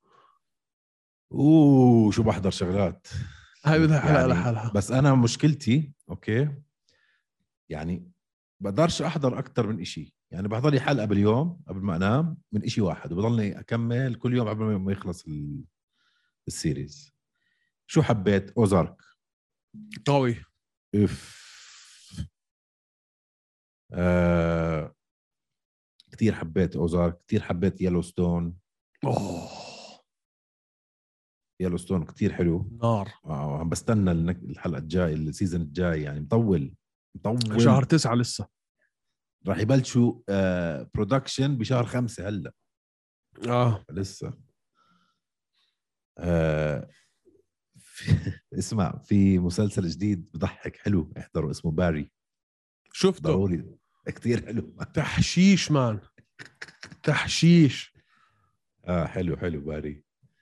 اوه شو بحضر شغلات. هاي بدها حلقه يعني لحالها. بس انا مشكلتي اوكي يعني بقدرش احضر اكثر من إشي. يعني بحضر لي حلقه باليوم قبل ما انام من إشي واحد، وبضلني اكمل كل يوم قبل ما يخلص ال... السيريز. شو حبيت؟ اوزارك قوي. اف آه... كتير حبيت اوزارك، كتير حبيت يلوستون. اوه يلوستون كتير حلو. نار. آه، عم بستنى الحلقه الجاي، السيزون الجاي يعني مطول مطول. شهر تسعة لسه. راح يبلشوا آه برودكشن بشهر خمسة هلا. اه لسه آه في اسمع، في مسلسل جديد بضحك حلو احضره اسمه باري. شفته ضروري، كتير حلو. تحشيش مان، تحشيش. اه حلو حلو باري.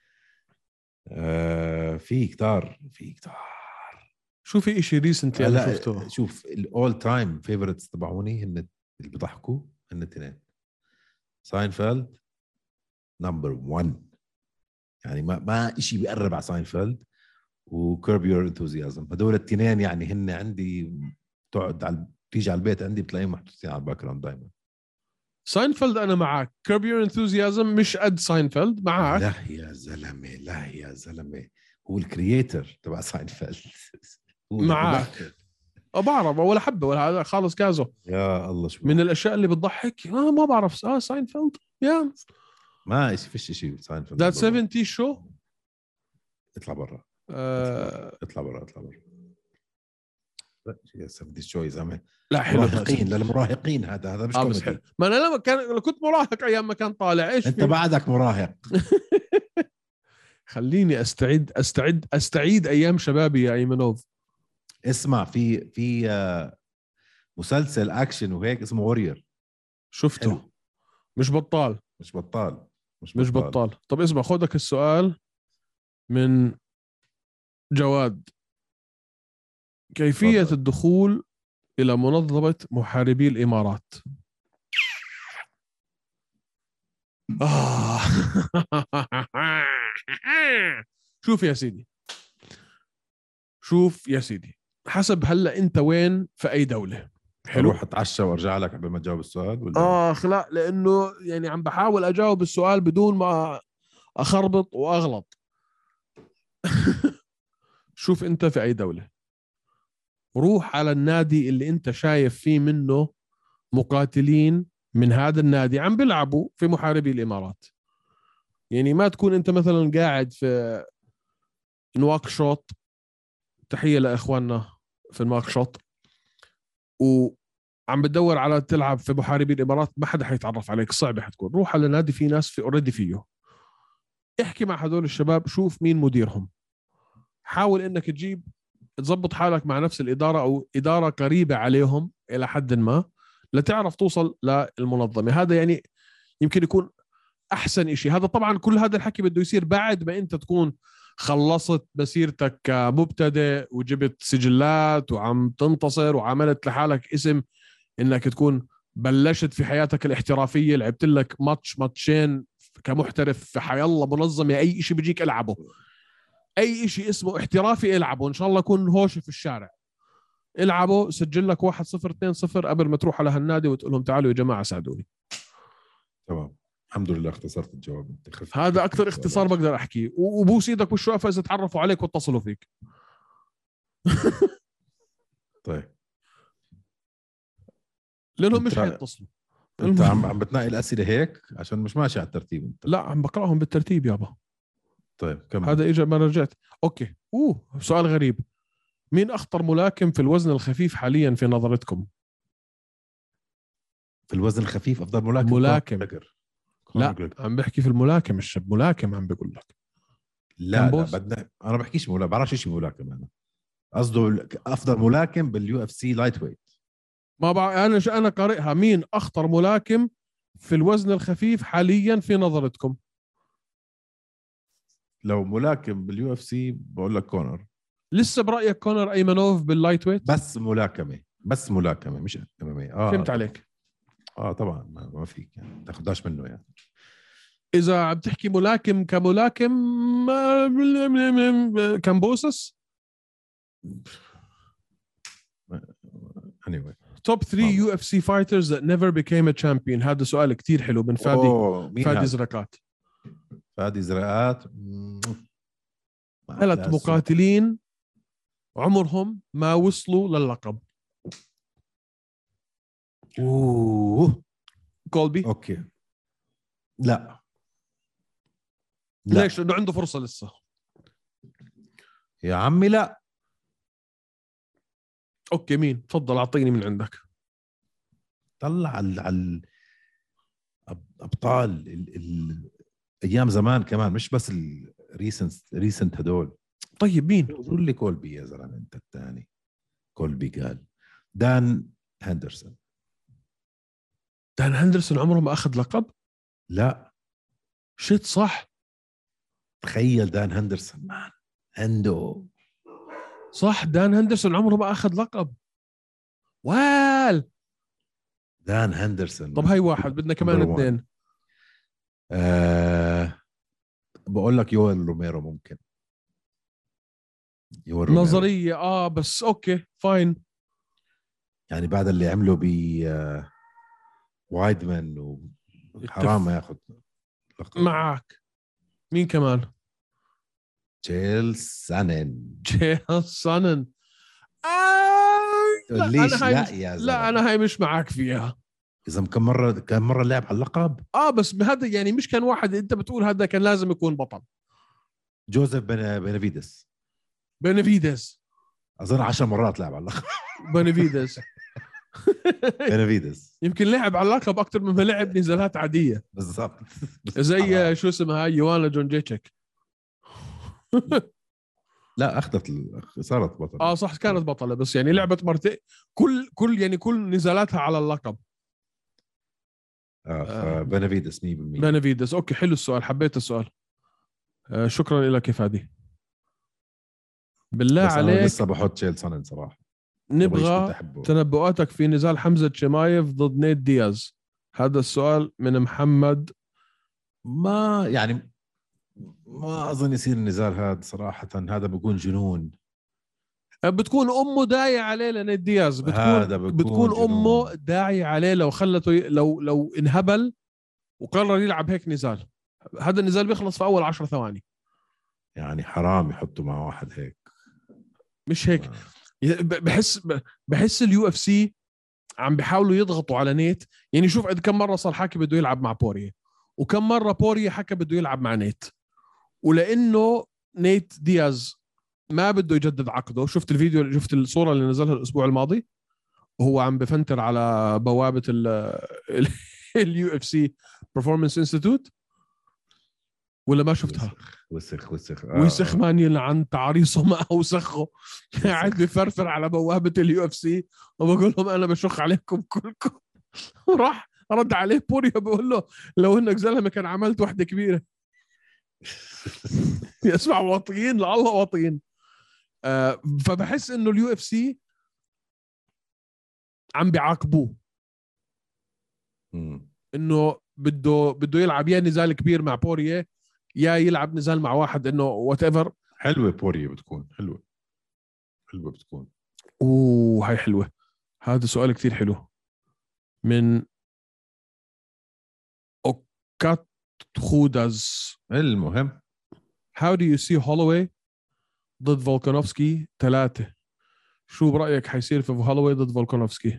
آه في كتار في كتار. شو في اشي ريسنتلي انا لا شفته؟ شوف الاول تايم فيفورتس تبعوني هن اللي بيضحكوا هن الاثنين. ساينفيلد نمبر واحد، يعني ما ما شيء بيقرب على ساينفيلد. وكيرب يور انثوزيازم، هدول الاثنين يعني هن عندي. تقعد على تيجي على البيت عندي بتلاقيهم محطوطين على الباك جراوند دائما. ساينفيلد انا معك، كيرب يور انثوزيازم مش قد ساينفيلد معك. لا يا زلمه، لا يا زلمه، هو الكرييتر تبع ساينفيلد. هو معك أه بعرف ولا حبه ولا هذا خالص كازو. يا الله شو من بحب. الاشياء اللي بتضحك آه ما بعرف اه ساينفيلد يا ما إيش فيش شيء ساينفيلد. ذات سبعين شو. اطلع برا، آه اطلع برا، اطلع برا. لا يا سبدي شو يا زلمه. لا حلو مراهقين للمراهقين، هذا هذا مش آه بس حلو. كوميدي. ما انا لما كان لما كنت مراهق ايام ما كان طالع ايش انت في؟ بعدك مراهق. خليني استعد استعد استعيد ايام شبابي يا ايمنوف. اسمع، في في آه، مسلسل اكشن وهيك اسمه وورير. شفته حلو. مش بطال مش بطال، مش مش بطال. بطال. طب اسمع خذك السؤال من جواد. كيفية تفضل. الدخول إلى منظمة محاربي الإمارات؟ آه. شوف يا سيدي، شوف يا سيدي، حسب هلا أنت وين في أي دولة. حلو. اروح اتعشى وارجع لك قبل ما تجاوب السؤال ولا؟ آخ لا، لأنه يعني عم بحاول أجاوب السؤال بدون ما أخربط وأغلط. شوف أنت في أي دولة، روح على النادي اللي أنت شايف فيه منه مقاتلين من هذا النادي عم بيلعبوا في محاربي الإمارات. يعني ما تكون أنت مثلا قاعد في نواكشوط، تحية لإخواننا في نواكشوط، وعم بتدور على تلعب في محاربي الإمارات، ما حدا حيتعرف عليك، صعبة حتكون. روح على نادي في ناس في اوريدي فيه، احكي مع هذول الشباب، شوف مين مديرهم، حاول انك تجيب تظبط حالك مع نفس الإدارة أو إدارة قريبة عليهم إلى حد ما لتعرف توصل للمنظمة. هذا يعني يمكن يكون أحسن إشي. هذا طبعا كل هذا الحكي بده يصير بعد ما أنت تكون خلصت مسيرتك كمبتدئ وجبت سجلات وعم تنتصر وعملت لحالك اسم، إنك تكون بلشت في حياتك الاحترافية، لعبت لك ماتش ماتشين كمحترف في حيالله منظمة، أي إشي بيجيك ألعبه، اي شيء اسمه احترافي العبه، ان شاء الله يكون هوش في الشارع العبه، سجل لك واحد صفر اثنين صفر قبل ما تروح على هالنادي وتقول لهم تعالوا يا جماعه ساعدوني. تمام، الحمد لله اختصرت الجواب. انت خفت هذا خفت اكثر اختصار السؤال. بقدر احكيه، وبوس ايدك والشوافه اذا تعرفوا عليك واتصلوا فيك. طيب لانهم مش انت حيتصلوا. انت عم عم بتنقي الاسئله هيك عشان مش ماشي على الترتيب انت. لا عم بقراهم بالترتيب يابا. طيب كمل. هذا اجى ما رجعت. اوكي. اوه سؤال غريب، مين اخطر ملاكم في الوزن الخفيف حاليا في نظرتكم؟ في الوزن الخفيف افضل ملاكم ملاكم. كونر. لا كونر. عم بحكي في الملاكم، الشاب ملاكم عم بقول لك. لا لا بوس؟ بدنا، انا بحكيش ملاكم، بعرفش شيء ملاكم انا. قصده افضل ملاكم باليو اف سي لايت ويت. ما بع... انا ش... انا قارئها، مين اخطر ملاكم في الوزن الخفيف حاليا في نظرتكم؟ لو ملاكم باليو اف سي بقول لك كونر. لسه برايك كونر ايمانوف باللايت ويت؟ بس ملاكمه، بس ملاكمه مش ام ام اي. اه فهمت طبعا. عليك. اه طبعا ما, ما فيك يعني تاخدهاش منه يعني. اذا عم تحكي ملاكم كملاكم كامبوسس anyway. توب ثلاثة يو اف سي فايترز that never became a champion. هذا سؤال كتير حلو من فادي. أوه، مين فادي هذا؟ زرقات. فادي زرقات. ثلاث مقاتلين عمرهم ما وصلوا للقب. اوه كولبي. اوكي. لا. لا ليش؟ لانه عنده فرصه لسه يا عمي. لا. اوكي مين؟ تفضل اعطيني من عندك. طلع على على الابطال ال... ال... ايام زمان كمان، مش بس ريسنت ريسنت هدول. طيب مين؟ قول لي كولبي يا زلمه انت الثاني. كولبي قال دان هندرسون. دان هندرسون عمره ما اخذ لقب. لا شيت صح تخيل دان هندرسون مان عنده. صح دان هندرسون عمره ما اخذ لقب. وال دان هندرسون. طب هاي واحد بدنا كمان Number one. اثنين. أه بقول لك يويل روميرو ممكن. يويل روميرو. نظرية اه بس اوكي فاين. يعني بعد اللي عمله ب آه، وايدمان وحرام ما ياخذ لقب. معك. مين كمان؟ جيل سانن. جيل سانن. آه لا ليش أنا هاي لا مش... يا زلمة؟ لا انا هاي مش معك فيها. اذا كم مره كم مره لعب على اللقب. اه بس هذا يعني مش كان واحد انت بتقول هذا كان لازم يكون بطل. جوزيف بن... بنفيدس بنفيدس. اظن عشر مرات لعب على اللقب. بنفيدس. بنفيدس يمكن لعب على اللقب اكثر مما لعب نزالات عاديه. بالضبط. زي شو اسمها هاي يوانا جون جيتشك. لا اخذت ال... صارت بطل. اه صح كانت بطله بس يعني لعبت مرتين. كل كل يعني كل نزالاتها على اللقب. اه فبنفيدس مية بالمية. بنفيدس. اوكي حلو السؤال حبيت السؤال. آه شكرا لك يا فادي. بالله بس أنا عليك لسه بحط شيل سانن صراحه. نبغى تنبؤاتك في نزال حمزة شمايف ضد نيت دياز. هذا السؤال من محمد. ما يعني ما اظن يصير النزال هذا صراحه. هذا بيكون جنون. بتكون امه داعي عليه لنيت دياز. بتكون هذا بيكون بتكون جنون. امه داعي عليه لو خلته ي... لو لو انهبل وقرر يلعب هيك نزال. هذا النزال بيخلص في اول عشر ثواني. يعني حرام يحطوا مع واحد هيك. مش هيك. بحس بحس اليو اف سي عم بيحاولوا يضغطوا على نيت. يعني شوف قد كم مره صار حكي بده يلعب مع بوريه وكم مره بوريه حكى بده يلعب مع نيت. ولانه نيت دياز ما بده يجدد عقده. شفت الفيديو شفت الصوره اللي نزلها الاسبوع الماضي وهو عم بفنتر على بوابه اليو اف سي برفورمانس انستيتوت ولا ما شفتها؟ وسخ وسخ آه. وسخ مان يلعن تعريصه ما وسخه. قاعد بفرفر على بوابه اليو اف سي وبقول لهم انا بشخ عليكم كلكم. راح رد عليه بوريا بقول له لو انك زلمه كان عملت واحده كبيره. يسمع واطيين لله واطيين. آه فبحس انه اليو اف سي عم بيعاقبوه انه بده بده يلعب يا نزال كبير مع بوريه يا يلعب نزال مع واحد انه وات ايفر. حلوه بوريه بتكون حلوه. حلوه بتكون. اوه هاي حلوه. هذا سؤال كتير حلو من اوكات خوداز. المهم How do you see Holloway ضد فولكانوفسكي ثلاثة؟ شو برأيك حيصير في هولوي ضد فولكانوفسكي؟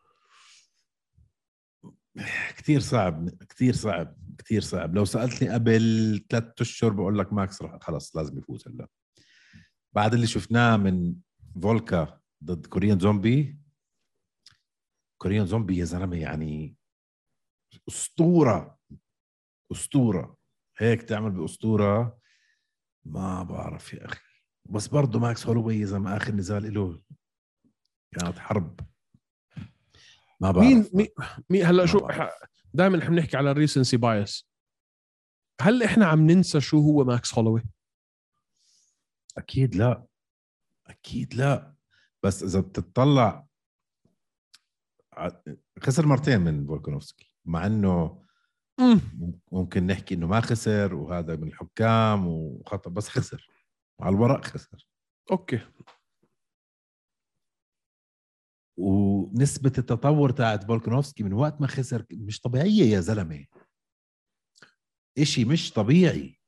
كتير صعب كتير صعب كتير صعب. لو سألتني قبل ثلاثة أشهر بقول لك ماكس رح خلاص لازم يفوز. هلا بعد اللي شفناه من فولكا ضد كوريان زومبي. كوريان زومبي يا زلمة يعني أسطورة. أسطورة هيك تعمل بأسطورة. ما بعرف يا أخي. بس برضو ماكس هولوي زي ما آخر نزال له كانت حرب. ما بعرف مين مين, مين هلا شو دائما احنا بنحكي على الريسنسي بايس. هل احنا عم ننسى شو هو ماكس هولوي؟ اكيد لا اكيد لا. بس اذا بتطلع خسر مرتين من فولكانوفسكي مع انه ممكن نحكي انه ما خسر وهذا من الحكام وخطأ بس خسر على الورق خسر. اوكي. ونسبة التطور تاعت فولكانوفسكي من وقت ما خسر مش طبيعية يا زلمة. إشي مش طبيعي.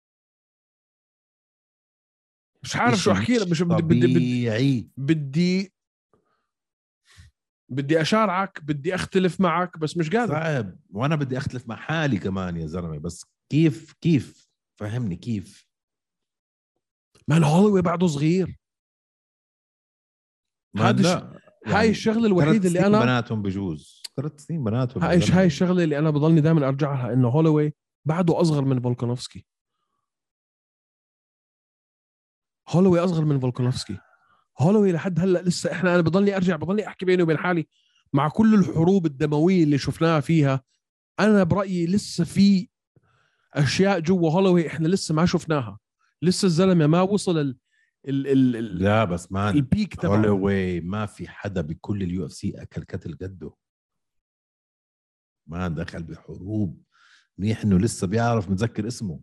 مش عارف شو احكي لك. مش بدي بدي بدي بدي اشارعك بدي اختلف معك بس مش قادر. صعب. وانا بدي اختلف مع حالي كمان يا زلمة. بس كيف كيف فهمني كيف. مان هولوي بعده صغير. هذا يعني هاي الشغله الوحيده اللي انا بناتهم بجوز ثلاث سنين بناتهم. هاي هاي الشغله اللي انا بضلني دائما ارجع لها انه هولوي بعده اصغر من فولكانوفسكي. هولوي اصغر من فولكانوفسكي. هولوي لحد هلا لسه احنا انا بضلني ارجع بضلني احكي بيني وبين حالي مع كل الحروب الدمويه اللي شفناها فيها، انا برايي لسه في اشياء جوا هولوي احنا لسه ما شفناها. لسه الزلمه ما وصل ال ال ال ال لا بس مان البيك تبعه. هولوي ما في حدا بكل اليو اف سي اكل كتل قده، ما دخل بحروب منيح انه لسه بيعرف متذكر اسمه.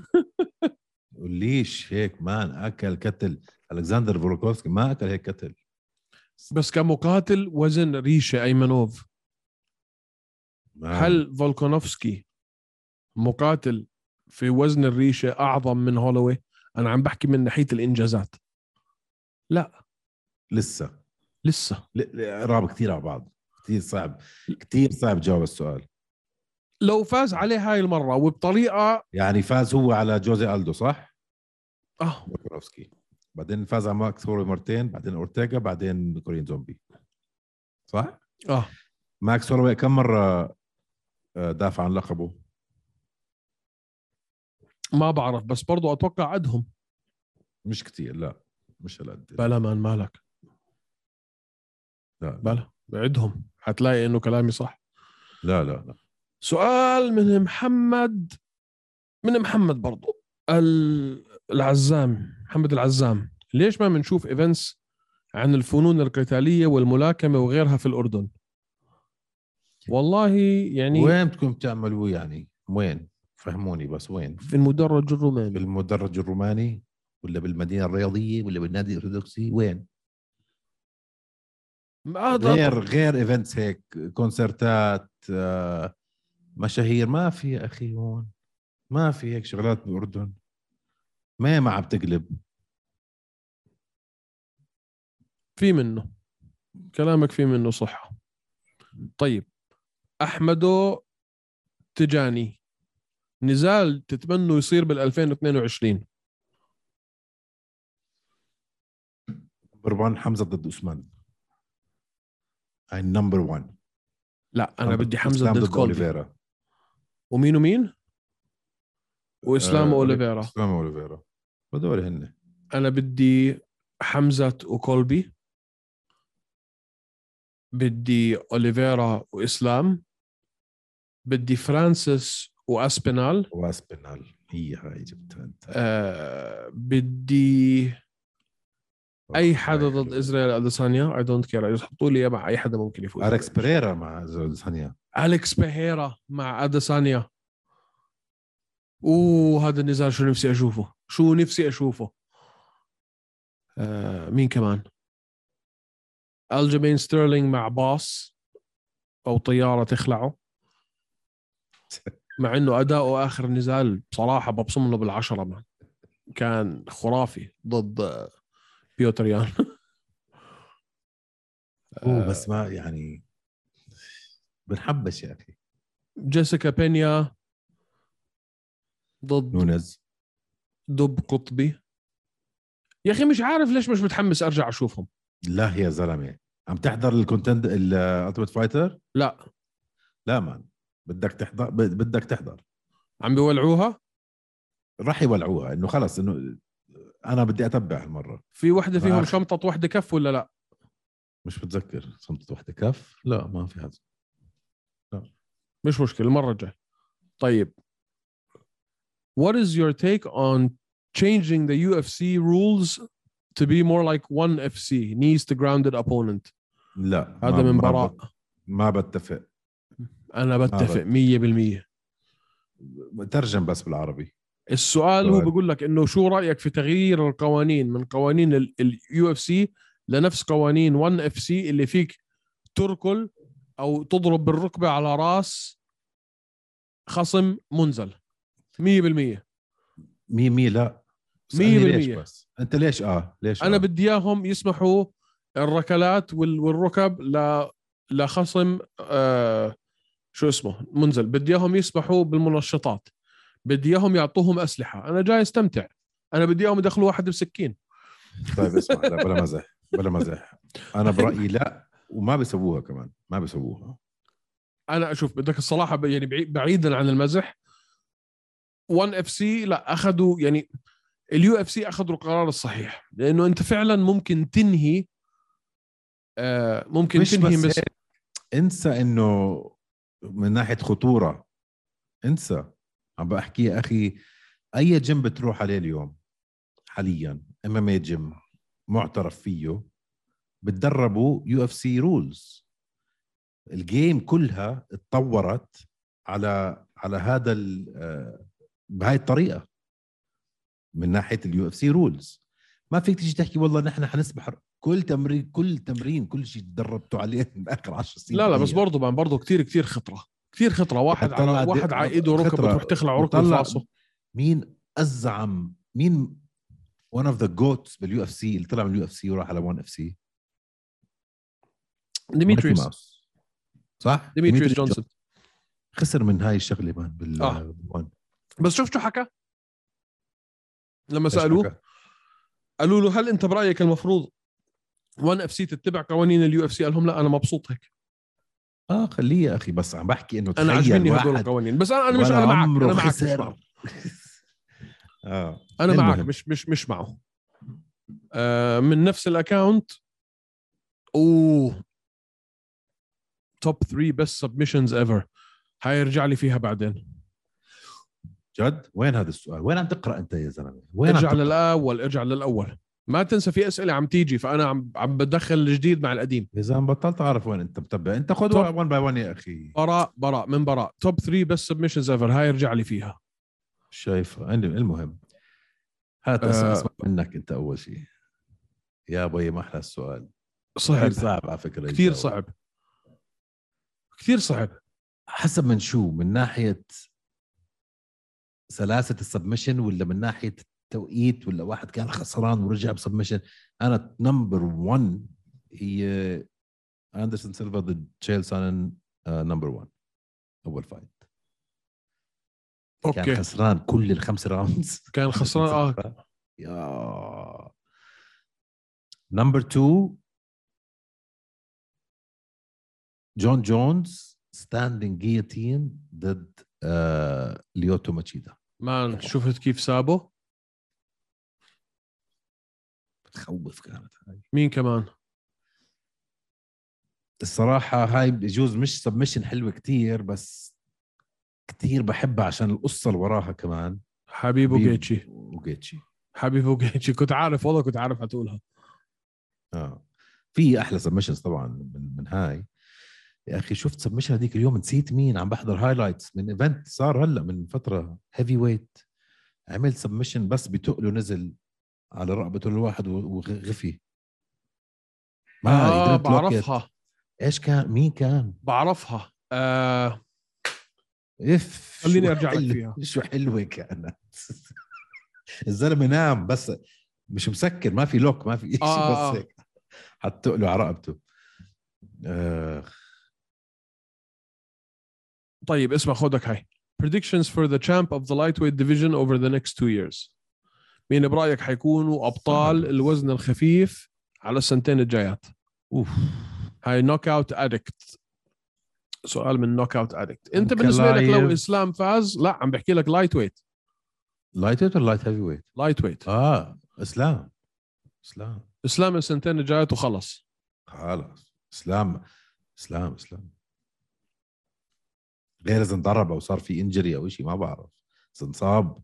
ليش هيك مان اكل كتل؟ الكسندر فولكوفسكي ما اكل هيك كتل. بس كمقاتل وزن ريشه ايمنوف. مان. هل فولكانوفسكي مقاتل في وزن الريشه اعظم من هولوي؟ انا عم بحكي من ناحيه الانجازات. لا لسه لسه قراب كثير على بعض، كثير صعب كثير صعب جاوب السؤال. لو فاز عليه هاي المره وبطريقه يعني فاز هو على جوزي ألدو صح؟ اه فولكانوفسكي، بعدين فاز على ماكس هولوي مرتين، بعدين اورتيغا، بعدين كورين زومبي صح؟ اه ماكس هولوي كم مرة دافع عن لقبه؟ ما بعرف بس برضو اتوقع عدهم. مش كتير، لا مش هالقد. بلا مان مالك، لا بلا بعدهم حتلاقي انه كلامي صح. لا لا لا. سؤال من محمد، من محمد برضو العزام، محمد العزام. ليش ما بنشوف ايفنتس عن الفنون القتالية والملاكمة وغيرها في الأردن؟ والله يعني وين بدكم تعملوا يعني؟ وين؟ فهموني بس وين؟ في المدرج في الروماني. المدرج الروماني ولا بالمدينة الرياضية ولا بالنادي الأرثوذكسي؟ وين؟ هذا غير غير ايفنتس هيك كونسرتات آه، مشاهير ما في يا اخي هون، ما في هيك شغلات بالاردن، ما ما عم تقلب. في منه كلامك، في منه صحة. طيب أحمدو تجاني، نزال تتمنوا يصير بال ألفين واثنين وعشرين؟ نمبر واحد حمزة ضد عثمان، هاي نمبر واحد. لا أنا بدي حمزة ضد كولبي. أوليفيرا. ومين ومين؟ وإسلام آه، أوليفيرا. إسلام أوليفيرا، هذول هن. أنا بدي حمزة وكولبي، بدي أوليفيرا وإسلام، بدي فرانسيس وأسبينال. واسبينال هي هاي جبتها انت. آه بدي اي حدا ضد اسرائيل اديسانيا. اي دونت كير، يحطوا لي مع اي حدا ممكن يفوز. أليكس بيريرا مع ثانية. أليكس بيهيرا مع اديسانيا. اوه هذا النزال شو نفسي اشوفه، شو نفسي اشوفه. آه مين كمان؟ ألجيمين ستيرلينج مع باص او طيارة تخلعه. مع انه اداؤه اخر نزال بصراحة ببصم له بالعشرة مان. كان خرافي ضد بيوتر يان. هو بس ما يعني بنحبش يا اخي. جيسيكا بينيا ضد نونز. دب قطبي. يا اخي مش عارف ليش مش متحمس ارجع اشوفهم. لا يا زلمه عم تحضر الكونتند الالتيميت فايتر؟ لا لا مان بدك تحضر، بدك تحضر. عم بيولعوها. راح يولعوها انه خلص انه انا بدي اتبع المره. في وحده فيهم راح. شمطه وحده كف ولا لا؟ مش متذكر صمتت وحده كف. لا ما في هذا. لا. مش مشكله المره الجايه. طيب what is your take on changing the U F C rules to be more like one F C, knees to grounded opponent؟ لا هذا من براء. ما بتفق. انا بتفق مية بالمية. ترجم بس بالعربي. السؤال هو بيقول لك انه شو رايك في تغيير القوانين من قوانين اليو اف سي لنفس قوانين ون اف سي اللي فيك تركل او تضرب بالركبه على راس خصم منزل؟ مية بالمية. مية مية لا مية بالمية. بس انت ليش اه ليش انا آه؟ بدي اياهم يسمحوا الركلات والركب ل لخصم آه شو اسمه منزل. بدي اياهم يسمحوا بالمنشطات. بدي اياهم يعطوهم اسلحه. انا جاي استمتع. انا بدي اياهم يدخلوا واحد بسكين. طيب اسمع، لا بلا مزح بلا مزح. انا برايي لا، وما بيسووها كمان، ما بيسووها. انا اشوف بدك الصراحه يعني بعيدا عن المزح، ون اف سي لا اخذوا يعني اليو اف سي اخذوا القرار الصحيح، لانه انت فعلا ممكن تنهي آه ممكن مش تنهي بس بس هيك. انسى انه من ناحيه خطوره، انسى. عم بحكي يا اخي، اي جيم بتروح عليه اليوم حاليا ام ام اي جيم معترف فيه، بتدربوا يو اف سي رولز. الجيم كلها اتطورت على على هذا بهاي الطريقه من ناحيه اليو اف سي رولز. ما فيك تيجي تحكي والله نحن حنسبح كل تمرين كل تمرين كل شيء تدربتوا عليه باخر عشر سنين. لا لا تغير. بس برضه بقى برضه كتير كتير خطره، كتير خطره. واحد على طلع واحد على ايده ركبه تروح تخلع ركبه طلع راسه. مين ازعم مين one of the goats باليو اف سي اللي طلع من اليو اف سي وراح على ون اف سي؟ ديميتريس صح. ديميتريس جونسون خسر من هاي الشغله مان بال آه. بالوان. بس شفت شو حكى لما سالوه؟ قالوا له هل انت برايك المفروض ون اف سي تتبع قوانين اليو اف سي؟ قال لهم لا انا مبسوط هيك. اه خليه يا اخي، بس عم بحكي انه انا عجبني هدول واحد القوانين، بس انا انا مش انا معك انا معك مش معه. اه انا المهم. معك مش مش مش معه. آه من نفس الاكاونت. اوه توب ثلاثة بس سبمشنز ايفر، هيرجع لي فيها بعدين. جد وين هذا السؤال؟ وين عم تقرا انت يا زلمه؟ وين ارجع للاول ارجع للاول ما تنسى في اسئله عم تيجي، فانا عم عم بدخل الجديد مع القديم. يا زلمه بطلت اعرف وين انت متبع. انت خذ ون باي ون يا اخي. براء براء من براء توب ثلاثة بس سبمشنز ايفر، هاي يرجع لي فيها. شايف المهم هات أه اسمع منك انت اول شيء يا ابوي. ما احلى السؤال. صعب كثير صعب على فكره. كثير صعب كثير صعب. حسب من شو؟ من ناحيه سلاسه السبمشن، ولا من ناحيه التوقيت، ولا واحد كان خسران ورجع بسبمشن؟ انا نمبر واحد هي اندرسون سيلفا ضد تشيل سانن. نمبر واحد اول فايت. اوكي كان خسران كل الخمس راوندز. كان خسران اه يا نمبر اثنين جون جونز ستاندينج جيوتين ضد آه ليوتو ماتشيدا. مان شفت كيف سابه؟ خوف كانت هاي. مين كمان؟ الصراحة هاي بجوز مش سبمشن حلوة كتير، بس كتير بحبها عشان القصة اللي وراها كمان. حبيب وجيتشي وجيتشي حبيب وجيتشي كنت عارف والله كنت عارف هتقولها. اه في احلى سبمشنز طبعا من من هاي. يا اخي شفت سبمشن هذيك اليوم، نسيت مين، عم بحضر هايلايتس من ايفنت صار هلا من فترة هيفي ويت. عمل سبمشن بس بتقله نزل على رقبته الواحد وغفي. ما آه بعرفها. ايش كان؟ مين كان؟ بعرفها آه اف خليني ارجع لك فيها. شو حلوه كانت. الزلمه نام بس مش مسكر، ما في لوك ما في شيء آه. بس هيك حط له على رقبته. آه. طيب اسمع خدك هاي predictions for the champ of the lightweight division over the next two years. مين برايك حيكونوا ابطال الوزن الخفيف على السنتين الجايات؟ اوف هاي نوك اوت ادكت. سؤال من نوك اوت ادكت. انت بالنسبه لك لو اسلام فاز، لا عم بحكي لك لايت ويت. لايت ويت ولا لايت هيفي ويت؟ لايت ويت. اه اسلام اسلام اسلام السنتين الجايات وخلص. خلاص اسلام اسلام اسلام غير اذا انضرب او صار في انجري او شيء ما بعرف، بس انصاب.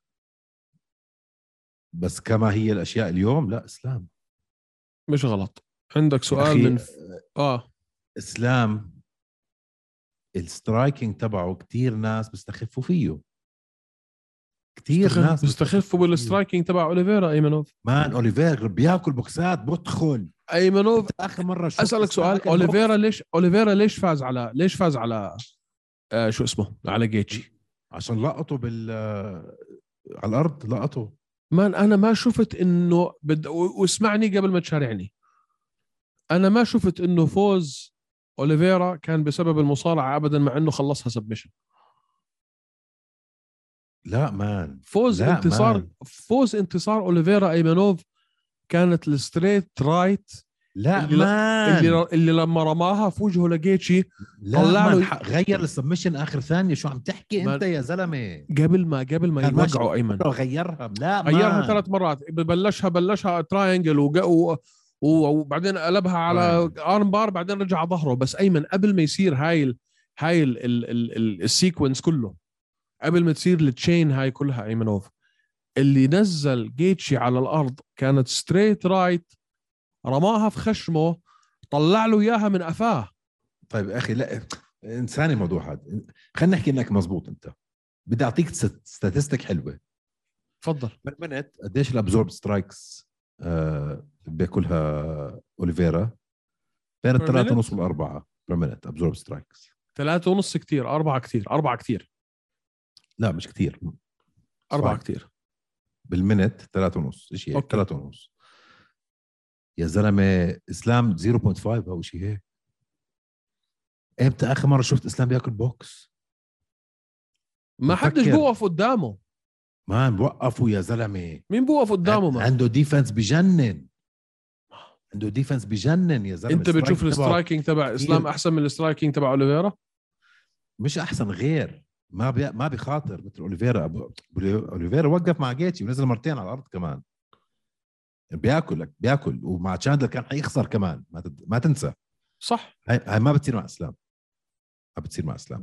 بس كما هي الاشياء اليوم لا اسلام مش غلط. عندك سؤال من ف... اه اسلام السترايكينج تبعه كتير ناس بيستخفوا فيه. كتير بستخف... ناس بيستخفوا بالسترايكينج تبع اوليفيرا. ايمانوف مان اوليفيرا بياكل بوكسات بدخل. ايمانوف اخر مره اسالك سؤال، اوليفيرا ليش اوليفيرا ليش فاز على ليش فاز على آه شو اسمه على جيتشي؟ عشان لقطوا بال على الارض لقطوا. مان انا ما شفت انه بد... واسمعني قبل ما تشارعني، انا ما شفت انه فوز اوليفيرا كان بسبب المصارعه ابدا، مع انه خلصها سبمشن. لا مان فوز لا انتصار مان. فوز انتصار اوليفيرا ايمانوف كانت الستريت رايت لا اللي, مان اللي اللي لما رماها في وجهه لجيتشي لا طلع مان له- ح- غير السبمشن اخر ثانيه. شو عم تحكي مان. انت يا زلمه؟ قبل ما قبل ما كان ماشي يوقعوا ايمن غيرها. لا غيرها مان ثلاث مرات. بلشها بلشها تراينجل وق- و- وبعدين قلبها على Triangle. ارم بار، بعدين رجع ظهره. بس ايمن قبل ما يصير هاي ال هاي ال ال ال ال السيكونس كله، قبل ما تصير التشين هاي كلها ايمنوف، اللي نزل جيتشي على الارض كانت ستريت رايت، رماها في خشمه، طلع له اياها من قفاه. طيب يا اخي لا انساني الموضوع هذا. خلينا نحكي انك مزبوط. انت بدي اعطيك ستاتستيك حلوه. تفضل. بالمنت قديش الابزورب سترايكس آه بياكلها اوليفيرا؟ بين Per الثلاثة minute؟ ونص والأربعة بير مينت ابزورب سترايكس. ثلاثة ونص كتير، أربعة كتير، أربعة كتير، لا مش كتير، أربعة صحيح. كتير. بالمنت ثلاثة ونص شيء هيك. أوكي. ثلاثة ونص يا زلمة. إسلام صفر فاصلة خمسة أو شيء هيك. امتى آخر مرة شفت إسلام بياكل بوكس؟ ما حدش بفكر. بوقف قدامه. ما بوقفوا يا زلمة. مين بوقف قدامه؟ ما عنده ديفنس بجنن. عنده ديفنس بجنن يا زلمة. انت بتشوف سترايك تبعه السترايكينج تبع اسلام احسن من السترايكينج تبع اوليفيرا؟ مش احسن غير ما بي... ما بيخاطر مثل اوليفيرا. أبو... اوليفيرا وقف مع جيتشي ونزل مرتين على الارض كمان. بياكل لك بياكل. ومع تشاندلر كان حيخسر كمان. ما, تد... ما تنسى. صح. هاي... هاي ما بتصير مع اسلام. ما بتصير مع اسلام.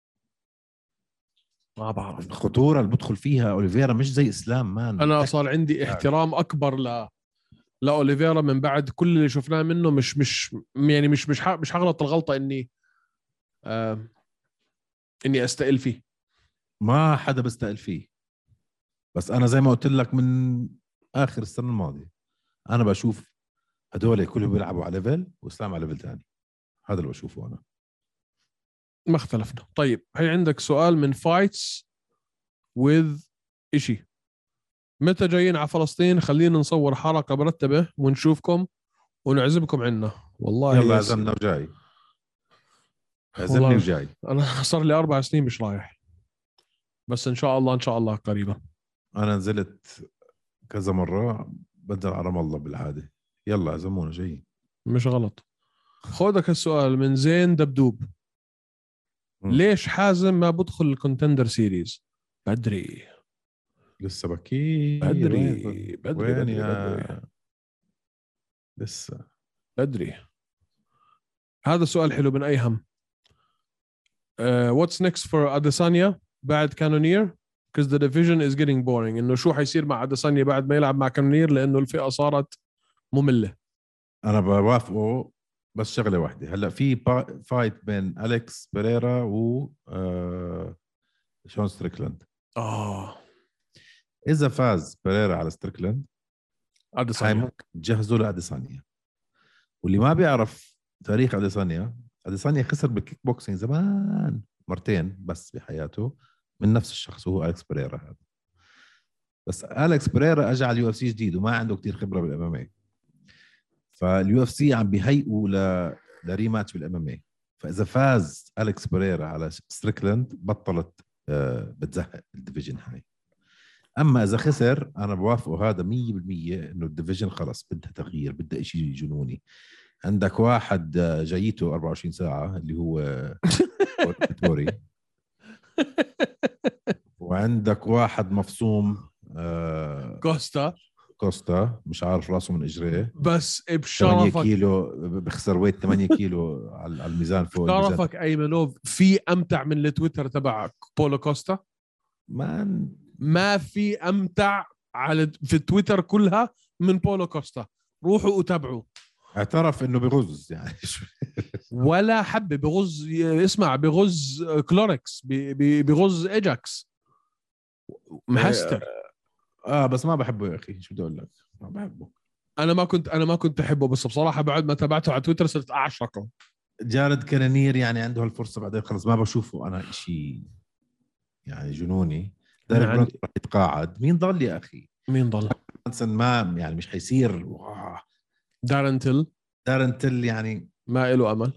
ما بعرف. الخطوره اللي بدخل فيها اوليفيرا مش زي اسلام مان. انا صار عندي احترام اكبر ل لاوليفيرا من بعد كل اللي شفناه منه. مش مش يعني مش مش ح... مش حغلط الغلطه اني آه... اني استقل فيه. ما حدا بيستقل فيه. بس انا زي ما قلت لك من اخر السنه الماضيه، انا بشوف هدول كلهم بيلعبوا على ليفل واسلام على ليفل ثاني. هذا اللي بشوفه انا. ما اختلفنا. طيب هي عندك سؤال من فايتس وذ إشي. متى جايين على فلسطين؟ خلينا نصور حلقة مرتبة ونشوفكم ونعزمكم عنا. والله يلا يس... عزمنا وجاي. عزمني والله وجاي. أنا صار لي أربع سنين مش رايح، بس إن شاء الله إن شاء الله قريبا. انا نزلت كذا مره بنزل على رام الله بالعاده. يلا عزمونا جايين. مش غلط. خودك السؤال من زين دبدوب. م. ليش حازم ما بدخل الكونتندر سيريز؟ بدري لسه بكير. بدري وين, بدري وين بدري, يا بدري. لسه بدري. هذا سؤال حلو من أيهم. uh, what's next for Adesanya بعد كانونير؟ because the division is getting boring. إنه شو حيصير مع أديسانيا بعد ما يلعب مع كانونير، لأنه الفئة صارت مملة. انا بوافقه. بس شغله واحده. هلا في با... فايت بين أليكس بيريرا و آه... شون ستريكلاند. آه اذا فاز بيريرا على ستريكلاند هاي أديسانيا. ممكن تجهزوا لأديسانيا. واللي ما بيعرف تاريخ أديسانيا، أديسانيا خسر بالكيك بوكسينج زمان مرتين بس بحياته من نفس الشخص، وهو أليكس بيريرا هذا. بس أليكس بيريرا أجى على اليو اف سي جديد وما عنده كتير خبرة بالام ام اي. فاليو اف سي عم بيهيئوا ل لريماتش بالام ام اي. فإذا فاز أليكس بيريرا على ستريكلاند بطلت آه بتزهق الديفيجن هاي. اما اذا خسر انا بوافقه هذا مية بالمية انه الديفيجن خلص بدها تغيير، بدها شيء جنوني. عندك واحد جايته أربعة وعشرين ساعة اللي هو توري، وعندك واحد مفصوم آه كوستا. كوستا مش عارف راسه من اجريه. بس ثمانية بشرفك كيلو بخسر ويت ثمانية كيلو على الميزان فوق الميزان. شرفك أيمنوف، في أمتع من التويتر تبع بولو كوستا؟ ما ما في أمتع على في تويتر كلها من بولو كوستا. روحوا وتابعوا. اعترف انه بغز يعني ولا حبة بغز. اسمع، بغز كلوركس، بغز ايجاكس محستر. اه بس ما بحبه يا اخي. شو بدي اقول لك، ما بحبه. انا ما كنت انا ما كنت احبه، بس بصراحه بعد ما تابعته على تويتر صرت اعشقه. جارد كانونير يعني عنده هالفرصه بعدين خلص ما بشوفه انا شيء يعني جنوني. داريك عندي... برونز راح يتقاعد. مين ضل يا اخي؟ مين ضل؟ انسن ما يعني مش حيصير. واو. دارن تيل. دارن تيل يعني ما له امل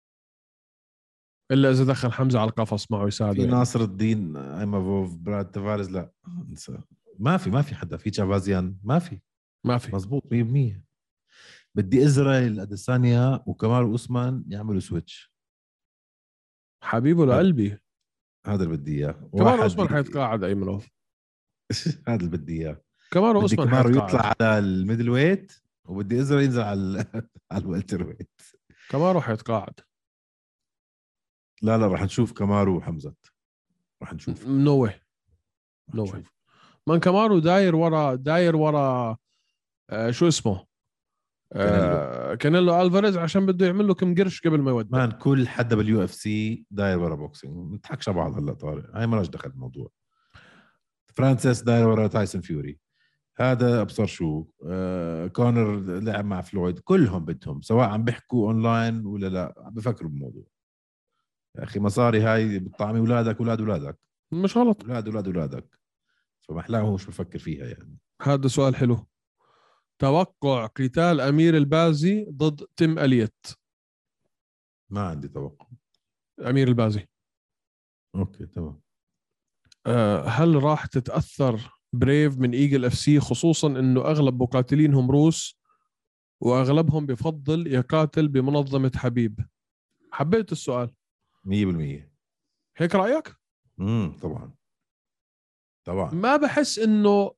الا اذا دخل حمزه على القفص معه يساعده. في يعني. ناصر الدين ايمافوف براد تافاريز. لا انسى. ما في ما في حدا. في تشافازيان ما في. ما في. مزبوط مية بالمية. بدي إزرائيل أديسانيا وكمال أوسمان يعملوا سويتش. حبيبه لقلبي. هذا اللي بدي إياه. كمال واحد عثمان ي- حيتقاعد ايمنوف. هذا اللي بدي إياه. كمال بدي عثمان كمارو حيتقاعد. يطلع على الميدل ويت، وبدي إزرائيل ينزل على ال- على الوالتر ويت. كمارو حيتقاعد. لا لا راح نشوف كمارو وحمزة، راح نشوف نو واي راح نو نشوف. واي. من كمارو داير ورا داير ورا آه شو اسمه آه كانيلو ألفاريز عشان بده يعمل له كم قرش قبل ما يودع. مان كل حدا باليو اف سي داير ورا بوكسينج، ما نضحكش على بعض. هلا طارق هاي مالهاش دخل الموضوع. فرانسيس داير ورا تايسون فيوري، هذا ابصر شو آه كونر لعب مع فلويد، كلهم بدهم سواء عم بيحكوا اونلاين ولا لا عم بفكروا بالموضوع. يا اخي مصاري هاي بتطعمي اولادك اولاد اولادك مش غلط. اولاد اولاد اولادك، فمحلاهم مش بفكر فيها يعني. هذا سؤال حلو. توقع قتال أمير البازي ضد تيم أليت. ما عندي توقع. أمير البازي. اوكي تمام. أه هل راح تتأثر بريف من إيجل اف سي، خصوصا انه اغلب مقاتلينهم روس واغلبهم بفضل يقاتل بمنظمة حبيب؟ حبيت السؤال. مية بالمية. هيك رأيك؟ امم طبعا طبعا. ما بحس انه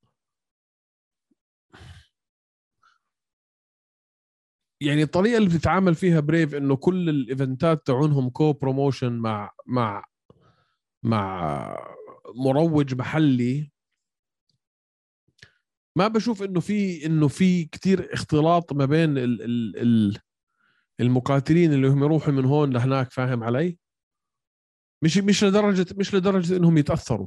يعني الطريقة اللي بتتعامل فيها بريف انه كل الايفنتات تاعونهم كو بروموشن مع مع مع مروج محلي، ما بشوف انه في انه في كتير اختلاط ما بين ال ال ال المقاتلين اللي هم يروحوا من هون لهناك. فاهم علي؟ مش مش لدرجة مش لدرجة انهم يتأثروا.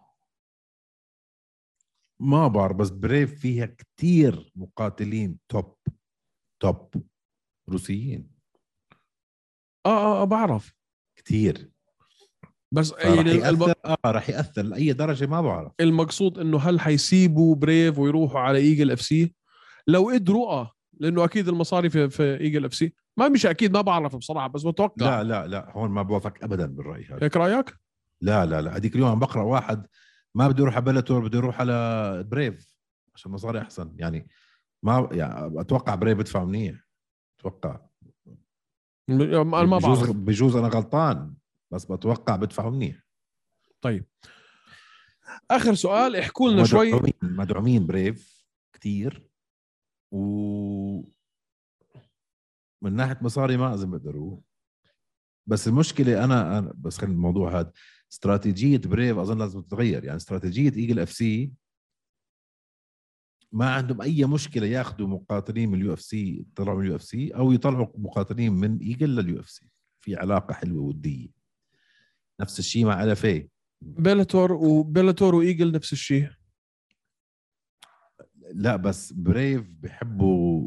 ما بعرف، بس بريف فيها كتير مقاتلين توب توب روسيين. اه اه, آه بعرف كتير. بس راح يعني يأثر الم... اه راح يأثر لأي درجة ما بعرف. المقصود انه هل حيسيبوا بريف ويروحوا على ايجل اف سي لو قدروا؟ اه لانه اكيد المصاري في في ايجل اف سي، ما مش اكيد، ما بعرف بصراحة بس بتوقع. لا لا لا هون ما بوافق أبدا بالرأي هذا. هيك رأيك؟ لا لا لا هذيك اليوم عم بقرأ واحد ما بده يروح على بلاتور، بده يروح على بريف عشان مصاري أحسن يعني. ما يعني أتوقع بريف بدفع منيح، أتوقع. انا ما بجوز بعرف. بجوز أنا غلطان، بس بتوقع بدفعوا منيح. طيب اخر سؤال، احكوا لنا شوي. مدعومين مدعومين بريف كتير، و من ناحيه مصاري ما اظن بيقدروا. بس المشكله انا انا بس خلينا الموضوع هذا، استراتيجيه بريف اظن لازم تتغير. يعني استراتيجيه ايجل اف سي ما عندهم اي مشكله ياخذوا مقاتلين من اليو اف سي يطلعوا من اليو اف سي، او يطلعوا مقاتلين من ايجل لليو اف سي. في علاقه حلوه وديه. نفس الشيء مع الافي. بيلاتور وبيلاتور وايجل نفس الشيء. لا بس بريف بحبوا